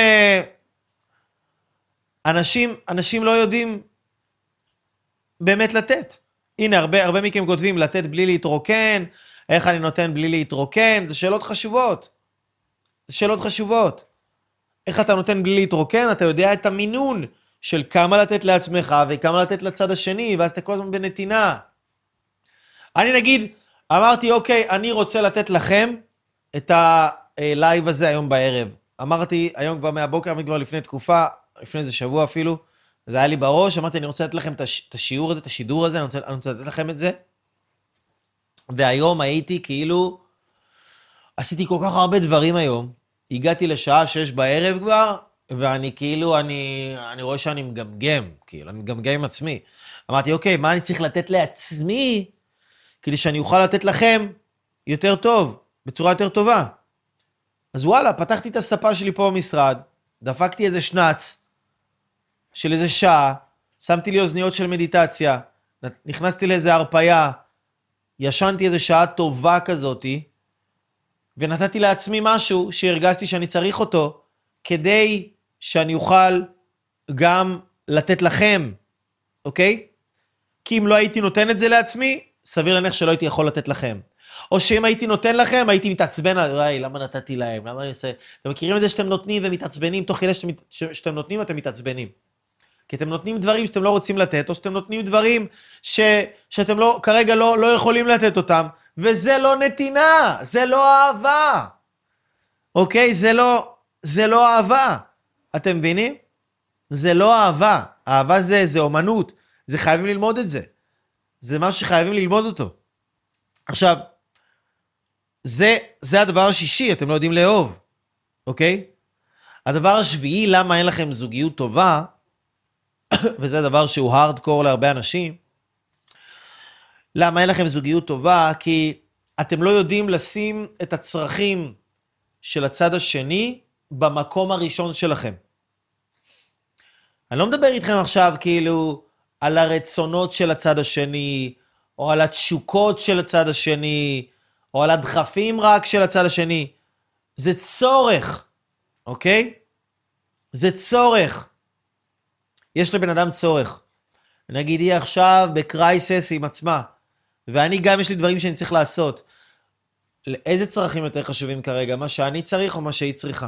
Speaker 1: אנשים לא יודעים באמת לתת. הנה, הרבה מכם כותבים לתת בלי להתרוקן, איך אני נותן בלי להתרוקן, זה שאלות חשובות. זה שאלות חשובות. איך אתה נותן בלי להתרוקן? אתה יודע את המינון של כמה לתת לעצמך וכמה לתת לצד השני, ואז אתה כל הזמן בנתינה. אני נגיד, אמרתי, אוקיי, אני רוצה לתת לכם את הלייב הזה היום בערב. אמרתי, היום כבר מהבוקר, כבר לפני תקופה, לפני איזה שבוע אפילו, זה היה לי בראש, אמרתי, אני רוצה לתת לכם את השיעור הזה, את השידור הזה, אני רוצה לתת לכם את זה. והיום הייתי כאילו, עשיתי כל כך הרבה דברים היום, הגעתי לשעה 6 בערב כבר, ואני כאילו, אני רואה שאני מגמגם, כאילו, אני מגמגם עם עצמי. אמרתי, אוקיי, מה אני צריך לתת לעצמי, כדי שאני אוכל לתת לכם יותר טוב, בצורה יותר טובה. אז וואלה, פתחתי את הספה שלי פה במשרד, דפקתי איזה שנץ של איזה שעה, שמתי לי אוזניות של מדיטציה, נכנסתי לאיזה הרפיה, ישנתי איזה שעה טובה כזאתי, ונתתי לעצמי משהו שהרגשתי שאני צריך אותו, כדי שאני אוכל גם לתת לכם, אוקיי? כי אם לא הייתי נותן את זה לעצמי, סביר להניח שלא הייתי יכול לתת לכם. או שאם הייתי נותן לכם, הייתי מתעצבן, למה נתתי להם? למה אני עושה? אתם מכירים את זה שאתם נותנים ומתעצבנים, תוך כדי שאתם נותנים, אתם מתעצבנים. כי אתם נותנים דברים שאתם לא רוצים לתת, או שאתם נותנים דברים שאתם כרגע לא יכולים לתת אותם, וזה לא נתינה, זה לא אהבה. אוקיי? זה לא אהבה. אתם מבינים? זה לא אהבה. אהבה זה אומנות. זה חייבים ללמוד את זה. זה משהו שחייבים ללמוד אותו. עכשיו, זה הדבר השישי, אתם לא יודעים לאהוב. אוקיי? הדבר השביעי, למה אין לכם זוגיות טובה, וזה הדבר שהוא הארדקור להרבה אנשים, למה אין לכם זוגיות טובה? כי אתם לא יודעים לשים את הצרכים של הצד השני במקום הראשון שלכם. אני לא מדבר איתכם עכשיו כאילו על הרצונות של הצד השני, או על התשוקות של הצד השני, או על הדחפים רק של הצד השני. זה צורך, אוקיי? זה צורך. יש לבן אדם צורך. נגיד היא עכשיו בקרייסס עם עצמה, ואני גם יש לי דברים שאני צריך לעשות. איזה צרכים יותר חשובים כרגע? מה שאני צריך או מה שהיא צריכה?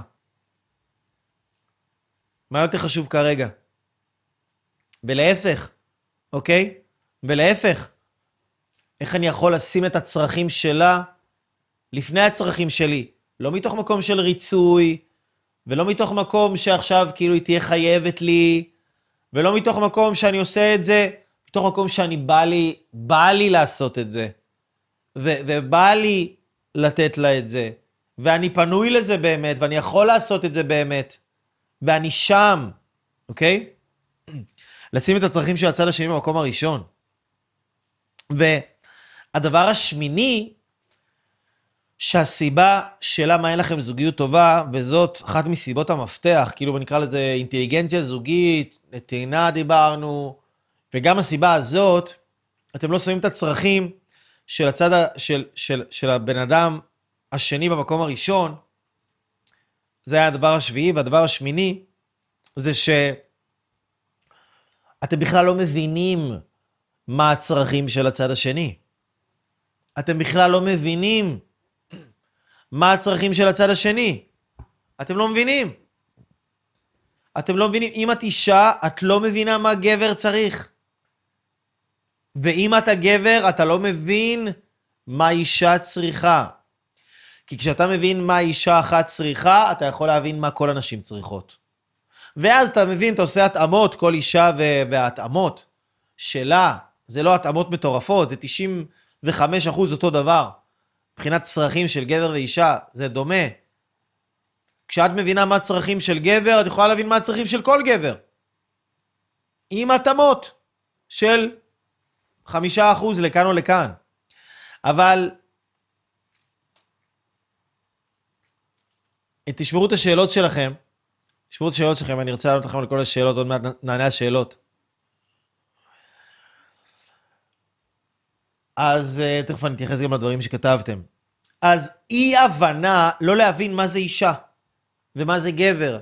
Speaker 1: מה יותר חשוב כרגע? ולהפך, אוקיי? ולהפך. איך אני יכול לשים את הצרכים שלה לפני הצרכים שלי? לא מתוך מקום של ריצוי, ולא מתוך מקום שעכשיו כאילו היא תהיה חייבת לי, ולא מתוך מקום שאני עושה את זה, מתוך מקום שאני בא לי לעשות את זה. ובא לי לתת לה את זה. ואני פנוי לזה באמת, ואני יכול לעשות את זה באמת. ואני שם, אוקיי? לשים את הצרכים של הצד השני במקום הראשון. הדבר השמיני, שהסיבה של למה אין לכם זוגיות טובה, וזאת אחת מסיבות המפתח, כאילו נקרא לזה אינטליגנציה זוגית, נתינה דיברנו, וגם הסיבה הזאת, אתם לא שמים את הצרכים של הצד של הבן אדם השני במקום הראשון. זה היה הדבר השביעי, והדבר השמיני, זה שאתם בכלל לא מבינים מה הצרכים של הצד השני. אתם בכלל לא מבינים מה הצרכים של הצד השני. אתם לא מבינים. אתם לא מבינים. אם את אישה, את לא מבינה מה גבר צריך. ואם אתה גבר, אתה לא מבין מה אישה צריכה. כי כשאתה מבין מה אישה אחת צריכה, אתה יכול להבין מה כל הנשים צריכות. ואז אתה מבין, אתה עושה התאמות, כל אישה וההתאמות שלה, זה לא התאמות מטורפות, זה 95% אותו דבר. מבחינת צרכים של גבר ואישה, זה דומה. כשאת מבינה מה הצרכים של גבר, את יכולה להבין מה הצרכים של כל גבר. עם התאמות של 5% לכאן או לכאן. אבל תשמרו את השאלות שלכם. תשמרו את השאלות שלכם, אני רוצה לענות לכם על כל השאלות, עוד מעט נענה השאלות. אז תכף אני אתייחס גם לדברים שכתבתם. אז אי הבנה לא להבין מה זה אישה ומה זה גבר.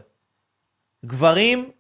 Speaker 1: גברים,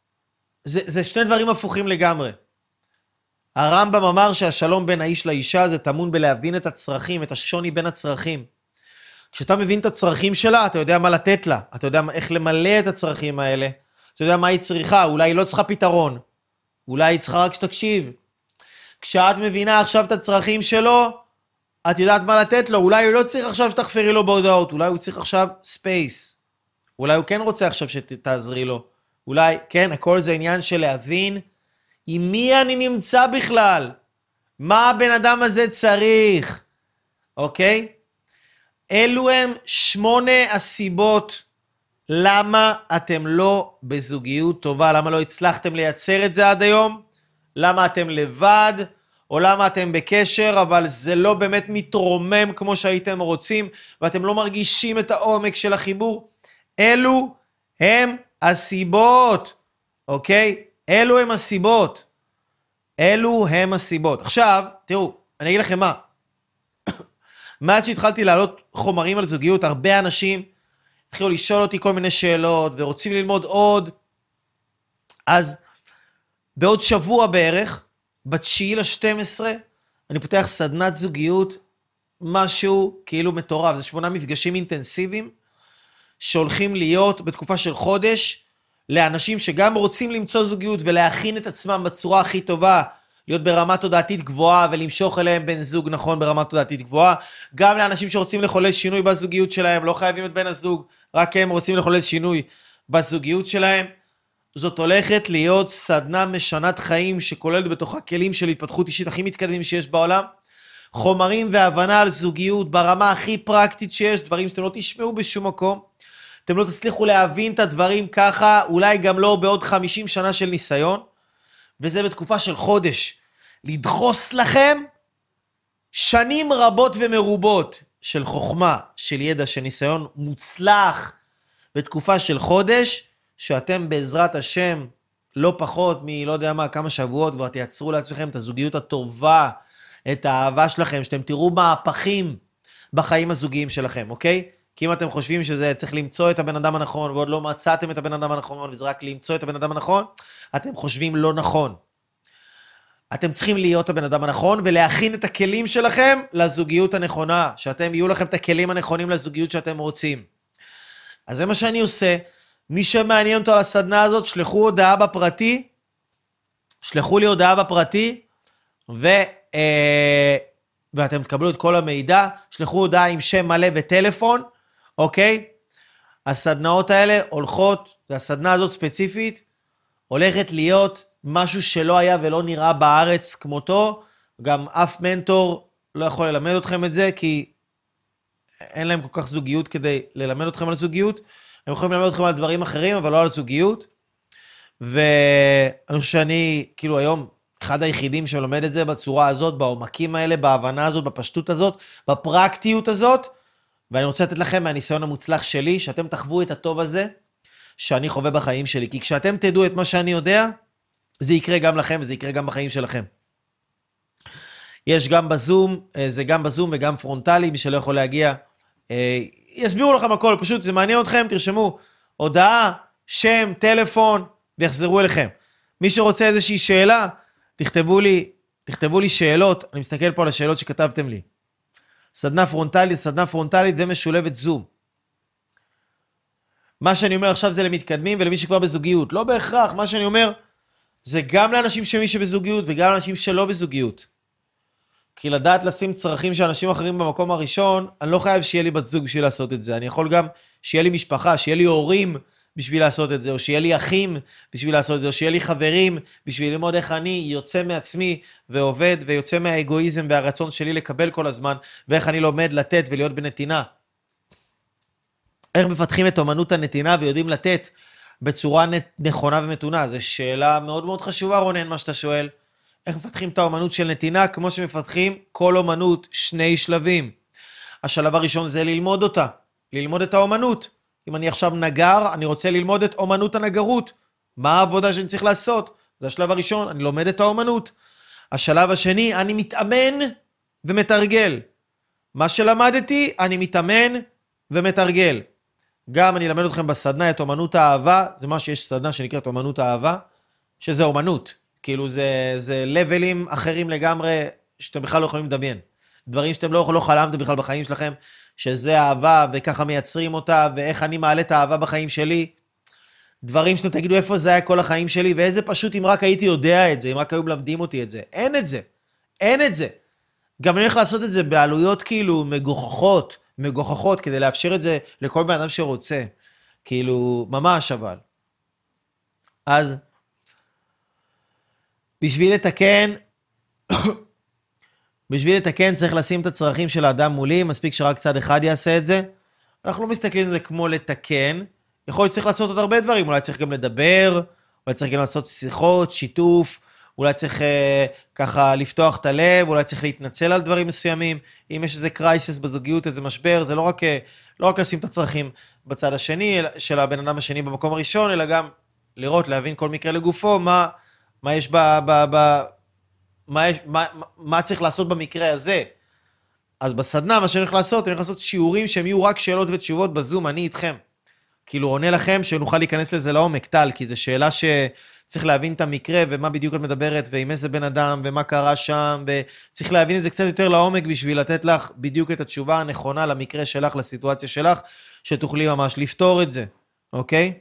Speaker 1: זה שני דברים הפוכים לגמרי. הרמב"ם אמר שהשלום בין האיש לאישה זה טמון בלהבין את הצרכים, את השוני בין הצרכים. כשאתה מבין את הצרכים שלה, אתה יודע מה לתת לה, אתה יודע איך למלא את הצרכים האלה, אתה יודע מה היא צריכה, אולי היא לא צריכה פתרון, אולי היא צריכה רק שתקשיב. כשאת מבינה עכשיו את הצרכים שלו, את יודעת מה לתת לו, אולי הוא לא צריך עכשיו שתחפרי לו בהודעות, אולי הוא צריך עכשיו ספייס, אולי הוא כן רוצה עכשיו שתעזרי לו, אולי, כן, הכל זה עניין של להבין עם מי אני נמצא בכלל, מה הבן אדם הזה צריך, אוקיי? אלו הם 8 הסיבות למה אתם לא בזוגיות טובה, למה לא הצלחתם לייצר את זה עד היום, למה אתם לבד, או למה אתם בקשר, אבל זה לא באמת מתרומם כמו שהייתם רוצים, ואתם לא מרגישים את העומק של החיבור. אלו הם הסיבות, אוקיי? אלו הם הסיבות. אלו הם הסיבות. עכשיו, תראו, אני אגיד לכם מה. מאז שהתחלתי להעלות חומרים על זוגיות, הרבה אנשים התחילו לשאול אותי כל מיני שאלות, ורוצים ללמוד עוד. אז בעוד שבוע בערך, ב9/12, אני פותח סדנת זוגיות, משהו כאילו מטורף. זה 8 מפגשים אינטנסיביים, שהולכים להיות בתקופה של חודש, לאנשים שגם רוצים למצוא זוגיות, ולהכין את עצמם בצורה הכי טובה, להיות ברמה תודעתית גבוהה, ולמשוך אליהם בן זוג נכון ברמה תודעתית גבוהה, גם לאנשים שרוצים לחולל שינוי בזוגיות שלהם, לא חייבים את בן הזוג, רק הם רוצים לחולל שינוי בזוגיות שלהם. זאת הולכת להיות סדנה משנת חיים, שכוללת בתוכה כלים של התפתחות אישית הכי מתקדמים שיש בעולם, חומרים והבנה על זוגיות ברמה הכי פרקטית שיש, דברים שאתם לא תשמעו בשום מקום, אתם לא תצליחו להבין את הדברים ככה, אולי גם לא בעוד 50 שנה של ניסיון, וזה בתקופה של חודש, לדחוס לכם שנים רבות ומרובות של חוכמה, של ידע, של ניסיון מוצלח, בתקופה של חודש, שאתם בעזרת השם, לא פחות לא יודע מה, כמה שבועות, כבר תייצרו לעצמכם את הזוגיות הטובה, את האהבה שלכם, שאתם תראו מהפכים בחיים הזוגיים שלכם, אוקיי? כי אם אתם חושבים שזה צריך למצוא את הבן אדם הנכון, ועוד לא מצאתם את הבן אדם הנכון, וזה רק למצוא את הבן אדם הנכון, אתם חושבים לא נכון. אתם צריכים להיות הבן אדם הנכון, ולהכין את הכלים שלכם לזוגיות הנכונה, שאתם יהיו לכם את הכלים הנכונים לזוגיות שאתם רוצים. אז זה מה שאני עושה. מי שמעניין אותו על הסדנה הזאת, שלחו הודעה בפרטי, שלחו לי הודעה בפרטי, ואתם תקבלו את כל המידע, שלחו הודעה עם שם מלא וטלפון, אוקיי? הסדנאות האלה הולכות, והסדנה הזאת ספציפית, הולכת להיות משהו שלא היה ולא נראה בארץ כמותו, גם אף מנטור לא יכול ללמד אתכם את זה, כי אין להם כל כך זוגיות כדי ללמד אתכם על זוגיות, הם יכולים ללמד אתכם על דברים אחרים, אבל לא על זוגיות, ואני חושב שאני, כאילו היום, אחד היחידים שלומד את זה בצורה הזאת, בעומקים האלה, בהבנה הזאת, בפשטות הזאת, בפרקטיות הזאת, ואני רוצה לתת לכם מהניסיון המוצלח שלי, שאתם תחוו את הטוב הזה, שאני חווה בחיים שלי. כי כשאתם תדעו את מה שאני יודע, זה יקרה גם לכם, וזה יקרה גם בחיים שלכם. יש גם בזום, זה גם בזום וגם פרונטלי, מי שלא יכול להגיע, יסבירו לכם הכל, פשוט זה מעניין אתכם, תרשמו, הודעה, שם, טלפון, ויחזרו אליכם. מי שרוצה איזושהי שאלה, תכתבו לי שאלות, אני מסתכל פה על השאלות שכתבתם לי. סדנה פרונטלית ומשולבת זום. מה שאני אומר עכשיו זה למתקדמים ולמי שכבר בזוגיות. לא בהכרח, מה שאני אומר זה גם לאנשים שמי שבזוגיות וגם לאנשים שלא בזוגיות. כי לדעת לשים צרכים של אנשים אחרים במקום הראשון, אני לא חייב שיהיה לי בת זוג בשביל לעשות את זה. אני יכול גם שיהיה לי משפחה, שיהיה לי הורים בשביל לעשות את זה, או שיהיה לי אחים בשביל לעשות את זה, או שיהיה לי חברים בשביל ללמוד איך אני יוצא מעצמי ועובד, ויוצא מהאגואיזם והרצון שלי לקבל כל הזמן, ואיך אני לומד לתת ולהיות בנתינה. איך מפתחים את אומנות הנתינה ויודעים לתת בצורה נכונה ומתונה? זו שאלה מאוד מאוד חשובה, רונן, מה שאתה שואל. איך מפתחים את האומנות של נתינה? כמו שמפתחים כל אומנות, 2 שלבים. השלב הראשון זה ללמוד אותה, ללמוד את האומנות. אם אני עכשיו נגר, אני רוצה ללמוד את אומנות הנגרות. מה העבודה שאני צריך לעשות? זה השלב הראשון, אני לומד את האומנות. השלב השני, אני מתאמן ומתרגל. מה שלמדתי, אני מתאמן ומתרגל. גם אני אלמד אתכם בסדנה את אומנות האהבה, זה מה שיש סדנה שנקראת אומנות האהבה, שזה אומנות. כאילו זה לבלים אחרים לגמרי, שאתם בכלל לא יכולים לדמיין. דברים שאתם לא חלמתם בכלל בחיים שלכם, שזה אהבה וככה מייצרים אותה, ואיך אני מעלה את האהבה בחיים שלי. דברים שאתם תגידו איפה זה היה כל החיים שלי, ואיזה פשוט אם רק הייתי יודע את זה, אם רק היו מלמדים אותי את זה. אין את זה. אין את זה. גם אני הולך לעשות את זה בעלויות כאילו מגוחכות, כדי לאפשר את זה לכל בן אדם שרוצה. כאילו, ממש אבל. אז, בשביל לתקן צריך לשים את הצרכים של האדם מולי, מספיק שרק צד אחד יעשה את זה. אנחנו לא מסתכלים על זה כמו לתקן, יכול להיות שצריך לעשות עוד הרבה דברים, אולי צריך גם לדבר, אולי צריך גם לעשות שיחות, שיתוף, אולי צריך ככה לפתוח את הלב, אולי צריך להתנצל על דברים מסוימים, אם יש איזה קרייסס בזוגיות, איזה משבר, זה לא רק לשים את הצרכים בצד השני, של הבן אדם השני במקום הראשון, אלא גם לראות, להבין כל מקרה לגופו, מה יש מה צריך לעשות במקרה הזה. אז בסדנה, מה שאני הולך לעשות, אני הולך לעשות שיעורים שהם יהיו רק שאלות ותשובות בזום, אני איתכם. כאילו עונה לכם שנוכל להיכנס לזה לעומק, טל, כי זו שאלה שצריך להבין את המקרה, ומה בדיוק את מדברת, ועם איזה בן אדם, ומה קרה שם, וצריך להבין את זה קצת יותר לעומק, בשביל לתת לך בדיוק את התשובה הנכונה למקרה שלך, לסיטואציה שלך, שתוכלי ממש לפתור את זה, אוקיי?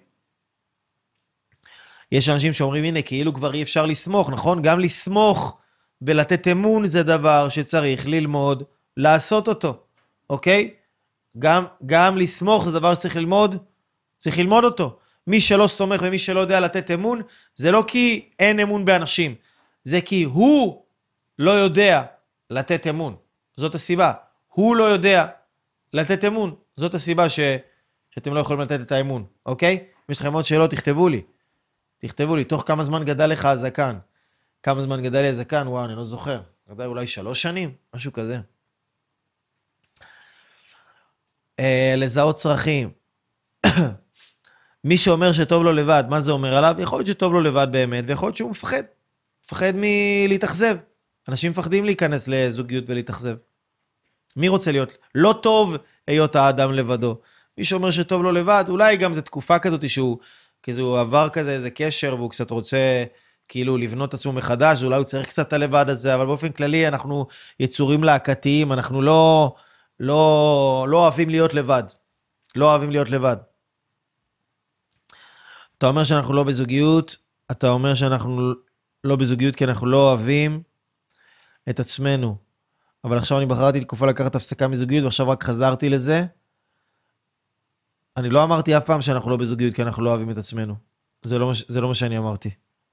Speaker 1: יש אנשים שאומרים, הנה, כאילו כבר אי אפשר לסמוך, נכון? גם לסמוך בלתת אמון זה דבר שצריך ללמוד, לעשות אותו, אוקיי? גם לסמוך זה דבר שצריך ללמוד, צריך ללמוד אותו. מי שלא סומך ומי שלא יודע לתת אמון, זה לא כי אין אמון באנשים, זה כי הוא לא יודע לתת אמון. זאת הסיבה. הוא לא יודע לתת אמון. זאת הסיבה שאתם לא יכולים לתת את האמון, אוקיי? אם יש לכם עוד שאלות, תכתבו לי, תוך כמה זמן גדל לך הזקן? כמה זמן גדל לי הזקן? וואו, אני לא זוכר. גדל אולי 3 שנים, משהו כזה. לזהות צרכים. מי שאומר שטוב לו לבד, מה זה אומר עליו? יכול להיות שטוב לו לבד באמת, ויכול להיות שהוא מפחד מלהתאכזב. אנשים מפחדים להיכנס לזוגיות ולהתאכזב. מי רוצה להיות? לא טוב היות האדם לבדו. מי שאומר שטוב לו לבד, אולי גם זו תקופה כזאת שהוא, כי הוא עבר כזה איזה קשר, והוא קצת רוצה כאילו לבנות עצמו מחדש, אולי הוא צריך קצת את הלבד הזה, אבל באופן כללי אנחנו יצורים להקתיים, אנחנו לא אוהבים להיות לבד. לא אוהבים להיות לבד. אתה אומר שאנחנו לא בזוגיות, אתה אומר שאנחנו לא בזוגיות כי אנחנו לא אוהבים את עצמנו. אבל עכשיו אני בחרתי תקופה לקחת הפסקה מזוגיות, ועכשיו רק חזרתי לזה. אני לא אמרתי אף פעם שאנחנו לא בזוגיות כי אנחנו לא אוהבים את עצמנו. זה לא מה שאני אמרתי.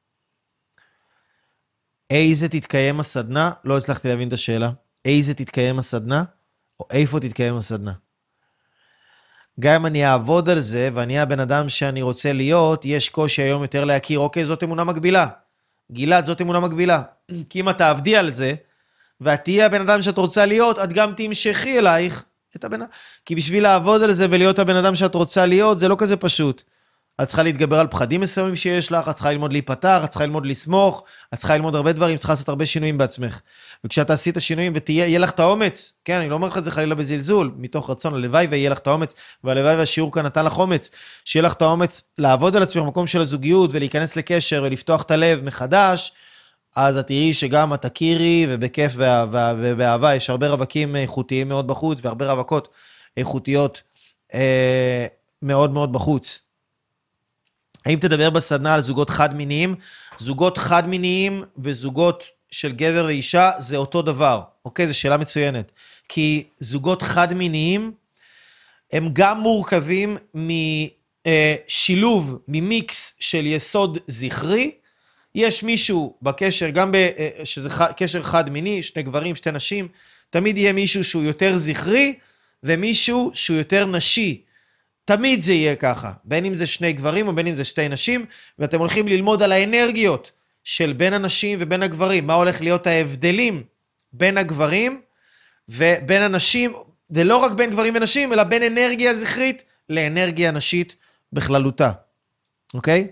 Speaker 1: איזה תתקיים הסדנה? לא הצלחתי להבין את השאלה. איזה תתקיים הסדנה? או איפה תתקיים הסדנה? גם אם אני אעבוד על זה, ואני הבן אדם שאני רוצה להיות, יש קושי היום יותר להכיר, אוקיי, זאת אמונה מגבילה. גלעד, זאת אמונה מגבילה. כי אם את תעבדי על זה, ואת תהיה הבן אדם שאת רוצה להיות, את גם תמשכי אלייך את הבן אדם. כי בשביל לעבוד על זה ולהיות הבן אדם שאת רוצה להיות, זה לא כזה פשוט. את צריכה להתגבר על פחדים מסוימים שיש לך, את צריכה ללמוד להיפתח, את צריכה ללמוד לסמוך, את צריכה ללמוד הרבה דברים, צריכה לעשות הרבה שינויים בעצמך. וכשאת תעשי את השינויים ויהיה לך את האומץ, כן, אני לא אומר לך את זה חלילה בזלזול, מתוך רצון, הלוואי ויהיה לך את האומץ, והלוואי והשיעור כאן נתן לך אומץ, שיהיה לך את האומץ לעבוד על עצמך במקום של הזוגיות, ולהיכנס לקשר ולפתוח את הלב מחדש, אז את תראי שגם את תכירי, ובכיף ובאהבה, יש הרבה רווקים איכותיים מאוד בחוץ, והרבה רווקות איכותיות מאוד מאוד בחוץ. האם תדבר בסדנה על זוגות חד-מיניים? זוגות חד-מיניים וזוגות של גבר ואישה זה אותו דבר. אוקיי? זו שאלה מצוינת. כי זוגות חד-מיניים הם גם מורכבים משילוב, ממיקס של יסוד זכרי. יש מישהו בקשר, גם שזה קשר חד-מיני, שני גברים, שתי נשים, תמיד יהיה מישהו שהוא יותר זכרי ומישהו שהוא יותר נשי. תמיד זה יהיה ככה, בין אם זה שני גברים או בין אם זה שתי נשים, ואתם הולכים ללמוד על האנרגיות של בין הנשים ובין הגברים, מה הולך להיות ההבדלים בין הגברים ובין הנשים, ולא רק בין גברים ונשים, אלא בין אנרגיה זכרית לאנרגיה נשית בכללותה. אוקיי?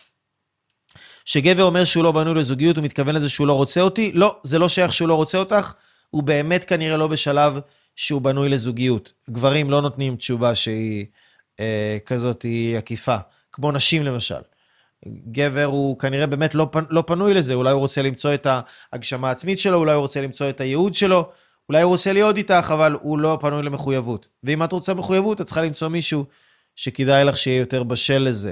Speaker 1: שגבר אומר שהוא לא בנוי לזוגיות, הוא מתכוון לזה שהוא לא רוצה אותי? לא, זה לא שייך שהוא לא רוצה אותך, הוא באמת כנראה לא בשלב שהוא בנוי לזוגיות. גברים לא נותנים תשובה שהיא כזאת היא עקיפה, כמו נשים למשל. גבר הוא כנראה באמת לא פנוי לזה, אולי הוא רוצה למצוא את ההגשמה העצמית שלו, אולי הוא רוצה למצוא את הייעוד שלו, אולי הוא רוצה להיות איתך, אבל הוא לא פנוי למחויבות. ואם את רוצה מחויבות, את צריכה למצוא מישהו שכדאי לך שיהיה יותר בשל לזה.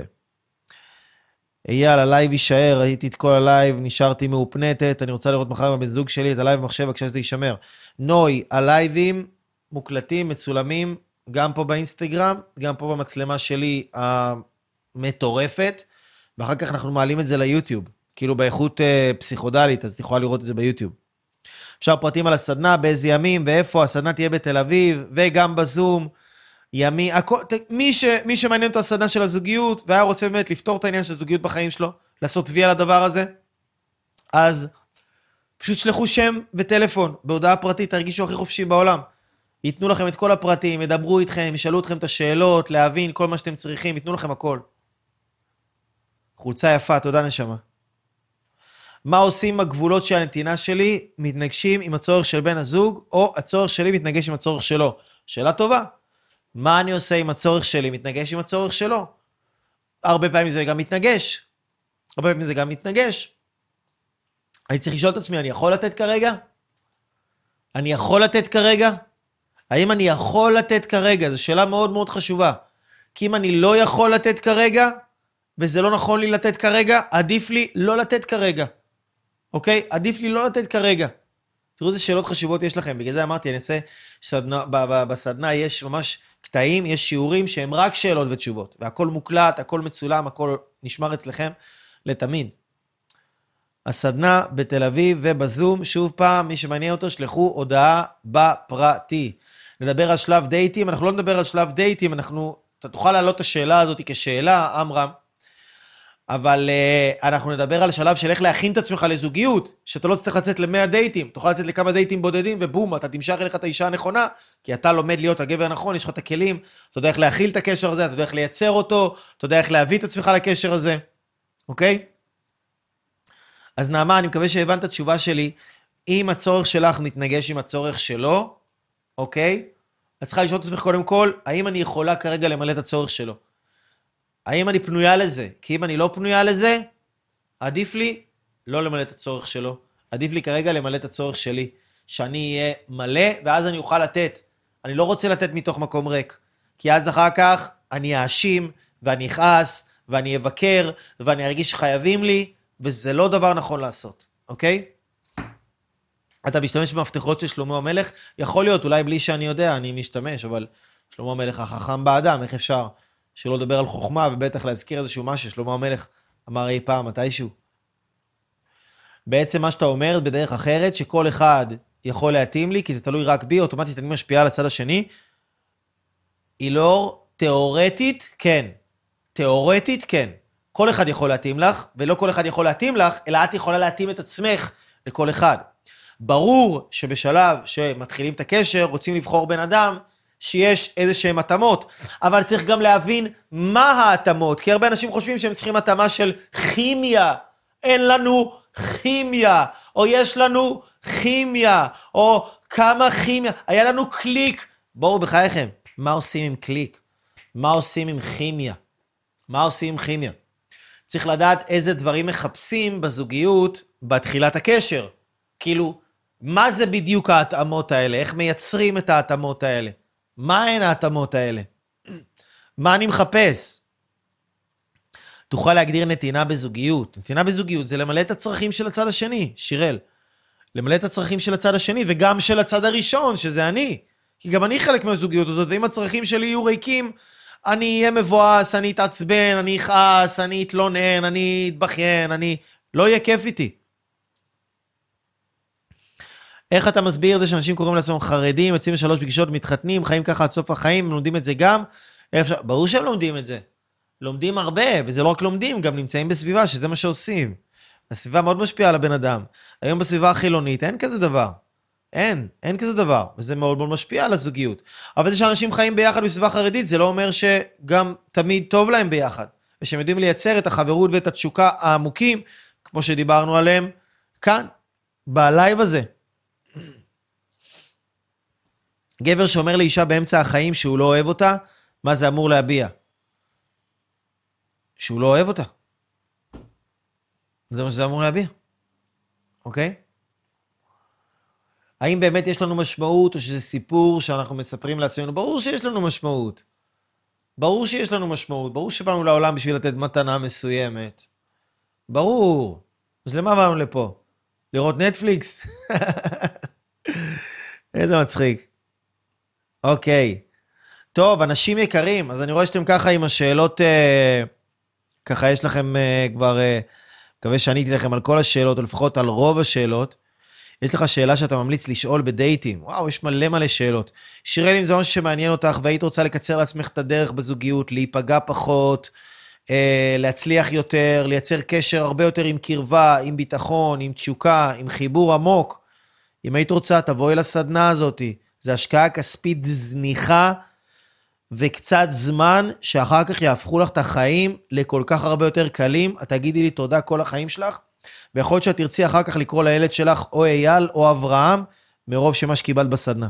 Speaker 1: אייל, הלייב יישאר, ראיתי את כל הלייב, נשארתי מאופנתת, אני רוצה לראות מחר עם הבן זוג שלי, את הלייב במחשב, בבקשה שזה יישמר. נוי, הלייבים מוקלטים, מצולמים, גם פה באינסטגרם, גם פה במצלמה שלי המטורפת, ואחר כך אנחנו מעלים את זה ליוטיוב, כאילו באיכות פסיכודלית, אז את יכולה לראות את זה ביוטיוב. אפשר פרטים על הסדנה, באיזה ימים, ואיפה, הסדנה תהיה בתל אביב, וגם בזום, ימי, מי שמעניין אותו הסדנה של הזוגיות, והיה רוצה באמת לפתור את העניין של הזוגיות בחיים שלו, לעשות וי על הדבר הזה, אז פשוט שלחו שם וטלפון, בהודעה פרטית, תרגישו הכי חופשי בעולם. ייתנו לכם את כל הפרטים, ידברו איתכם, ישאלו אתכם את השאלות, להבין כל מה שאתם צריכים, ייתנו לכם הכל. חולצה יפה, תודה נשמה. מה עושים עם הגבולות של הנתינה שלי? מתנגשים עם הצורך של בן הזוג, או הצורך שלי מתנגש עם הצורך שלו? שאלה טובה. מה אני עושה עם הצורך שלי? מתנגש עם הצורך שלו. הרבה פעמים זה גם מתנגש. הרבה פעמים זה גם מתנגש. אני צריך לשאול את עצמי, אני יכול לתת כרגע? אני יכול לתת כרגע? האם אני יכול לתת כרגע? זו שאלה מאוד מאוד חשובה. כי אם אני לא יכול לתת כרגע, וזה לא נכון לי לתת כרגע, עדיף לי לא לתת כרגע. אוקיי? עדיף לי לא לתת כרגע. תראו איזה שאלות חשובות יש לכם. בגלל זה אמרתי, אני אעשה בסדנה יש ממש קטעים, יש שיעורים שהם רק שאלות ותשובות. והכל מוקלט, הכל מצולם, הכל נשמר אצלכם לתמיד. הסדנה בתל אביב ובזום, שוב פעם, מי שמעניין אותו, שלחו הודעה בפרטי. נדבר על שלב דייטים, אנחנו לא נדבר על שלב דייטים, אתה תוכל להעלות את השאלה הזאת כשאלה, אמרם, אבל אנחנו נדבר על שלב של איך להכין את עצמך לזוגיות, שאתה לא צריך לצאת ל100 דייטים, תוכל לצאת לכמה דייטים בודדים, ובום, אתה תמשך אליך את האישה הנכונה, כי אתה לומד להיות הגבר הנכון, יש לך את הכלים, אתה יודע איך להכיל את הקשר הזה, אתה יודע איך לייצר אותו, אתה יודע איך להביא את עצמך לקשר הזה, אוקיי? אז נעמה, אני מקווה שהבנת את התשובה שלי, אם הצורך שלך מתנגש עם הצורך שלו, אוקיי? אז צריכה לשאול את עצמך קודם כל, האם אני יכולה כרגע למלא את הצורך שלו? האם אני פנויה לזה? כי אם אני לא פנויה לזה, עדיף לי לא למלא את הצורך שלו. עדיף לי כרגע למלא את הצורך שלי, שאני אהיה מלא, ואז אני אוכל לתת. אני לא רוצה לתת מתוך מקום ריק, כי אז אחר כך אני אאשים, ואני אכעס, ואני אבקר, ואני ארגיש שחייבים לי, וזה לא דבר נכון לעשות, אוקיי? אתה משתמש במפתחות של שלמה המלך, יכול להיות, אולי בלי שאני יודע, אני משתמש, אבל שלמה המלך החכם באדם, איך אפשר שלא לדבר על חוכמה, ובטח להזכיר איזשהו משהו, שלמה המלך אמר אי פעם, מתישהו. בעצם מה שאתה אומר בדרך אחרת, שכל אחד יכול להתאים לי, כי זה תלוי רק בי, אוטומטית אני משפיעה על הצד השני, אילור, תיאורטית, כן. תיאורטית, כן. כל אחד יכול להתאים לך, ולא כל אחד יכול להתאים לך, אלא את יכולה להתאים את עצמך לכל אחד. ברור שבשלב שמתחילים את הקשר, רוצים לבחור בן אדם, שיש איזשהם התאמות, אבל צריך גם להבין מה ההתאמות, כי הרבה אנשים חושבים שהם צריכים התאמה של כימיה, אין לנו כימיה, או יש לנו כימיה, או כמה כימיה, היה לנו קליק, בואו בחייכם, מה עושים עם קליק? מה עושים עם כימיה? מה עושים עם כימיה? צריך לדעת איזה דברים מחפשים בזוגיות בתחילת הקשר, כאילו, מה זה בדיוק ההתאמות האלה? איך מייצרים את ההתאמות האלה? מה הן ההתאמות האלה? מה אני מחפש? תוכל להגדיר נתינה בזוגיות. נתינה בזוגיות זה למלא את הצרכים של הצד השני, שירל. למלא את הצרכים של הצד השני, וגם של הצד הראשון, שזה אני. כי גם אני חלק מהזוגיות הזאת, ואם הצרכים שלי יהיו ריקים, אני אהיה מבואס, אני אתעצבן, אני אכעס, אני אתלונן, אני אתבכיין, לא יהיה כיף איתי. איך אתה מסביר את זה שאנשים קוראים לעצמם חרדים, יוצאים לשלוש פגישות, מתחתנים, חיים ככה עד סוף החיים, לומדים את זה גם? ברור שהם לומדים את זה. לומדים הרבה, וזה לא רק לומדים, גם נמצאים בסביבה, שזה מה שעושים. הסביבה מאוד משפיעה על הבן אדם. היום בסביבה החילונית אין כזה דבר. אין כזה דבר, וזה מאוד מאוד משפיע על הזוגיות. אבל זה שאנשים חיים ביחד בסביבה חרדית, זה לא אומר שגם תמיד טוב להם ביחד. ושהם יודעים לייצר את החברות ואת התשוקה העמוקים, כמו שדיברנו עליהם כאן, בלייב הזה. גבר שאומר לאישה באמצע החיים שהוא לא אוהב אותה, מה זה אמור להביע? שהוא לא אוהב אותה. זה מה שזה אמור להביע. אוקיי? האם באמת יש לנו משמעות, או שזה סיפור שאנחנו מספרים לעצמנו? ברור שיש לנו משמעות. ברור שיש לנו משמעות. ברור שבאנו לעולם בשביל לתת מתנה מסוימת. ברור. אז למה באנו לפה? לראות נטפליקס? איזה מצחיק. אוקיי. טוב, אנשים יקרים, אז אני רואה שאתם ככה עם השאלות, ככה יש לכם כבר, מקווה שעניתי לכם על כל השאלות, או לפחות על רוב השאלות. יש לך שאלה שאתה ממליץ לשאול בדייטים. וואו, יש מלא שאלות. שירל, אם זה משהו שמעניין אותך, והיית רוצה לקצר לעצמך את הדרך בזוגיות, להיפגע פחות, להצליח יותר, לייצר קשר הרבה יותר עם קרבה, עם ביטחון, עם תשוקה, עם חיבור עמוק. אם היית רוצה, תבואי לסדנה הזאת. זה השקעה כספית זניחה, וקצת זמן שאחר כך יהפכו לך את החיים לכל כך הרבה יותר קלים. את תגידי לי תודה כל החיים שלך, ויכול להיות שאת תרצי אחר כך לקרוא לילד שלך או אייל או אברהם, מרוב שמה שקיבלת בסדנה.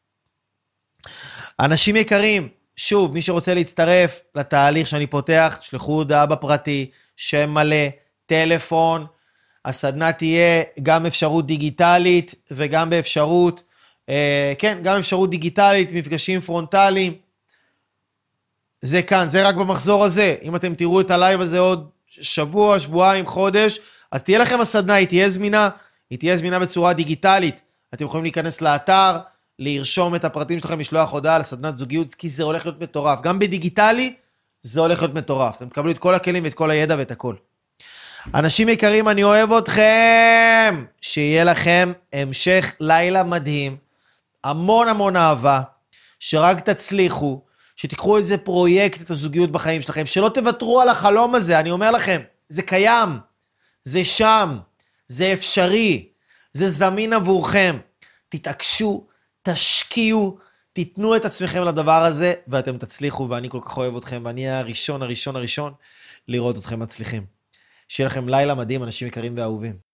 Speaker 1: אנשים יקרים, שוב, מי שרוצה להצטרף לתהליך שאני פותח, שלחו הודעה בפרטי, שם מלא, טלפון, הסדנה תהיה גם אפשרות דיגיטלית, וגם באפשרות, כן, גם אפשרות דיגיטלית, מפגשים פרונטליים, זה כאן, זה רק במחזור הזה. אם אתם תראו את הלייב הזה עוד שבוע, שבועיים, חודש, אז תהיה לכם הסדנה, היא תהיה זמינה בצורה דיגיטלית. אתם יכולים להיכנס לאתר, לרשום את הפרטים שלכם, לשלוח הודעה לסדנת זוגיות, כי זה הולך להיות מטורף. גם בדיגיטלי, זה הולך להיות מטורף. אתם תקבלו את כל הכלים ואת כל הידע ואת הכל. אנשים יקרים, אני אוהב אתכם. שיהיה לכם המשך לילה מדהים. המון אהבה. שרק תצליחו. שתיקחו איזה פרויקט, את הזוגיות בחיים שלכם. שלא תוותרו על החלום הזה. אני אומר לכם, זה קיים. זה שם. זה אפשרי. זה זמין עבורכם. תתעקשו, תשקיעו, תיתנו את עצמכם לדבר הזה, ואתם תצליחו, ואני כל כך אוהב אתכם, ואני הראשון לראות אתכם מצליחים. שיהיה לכם לילה מדהים, אנשים יקרים ואהובים.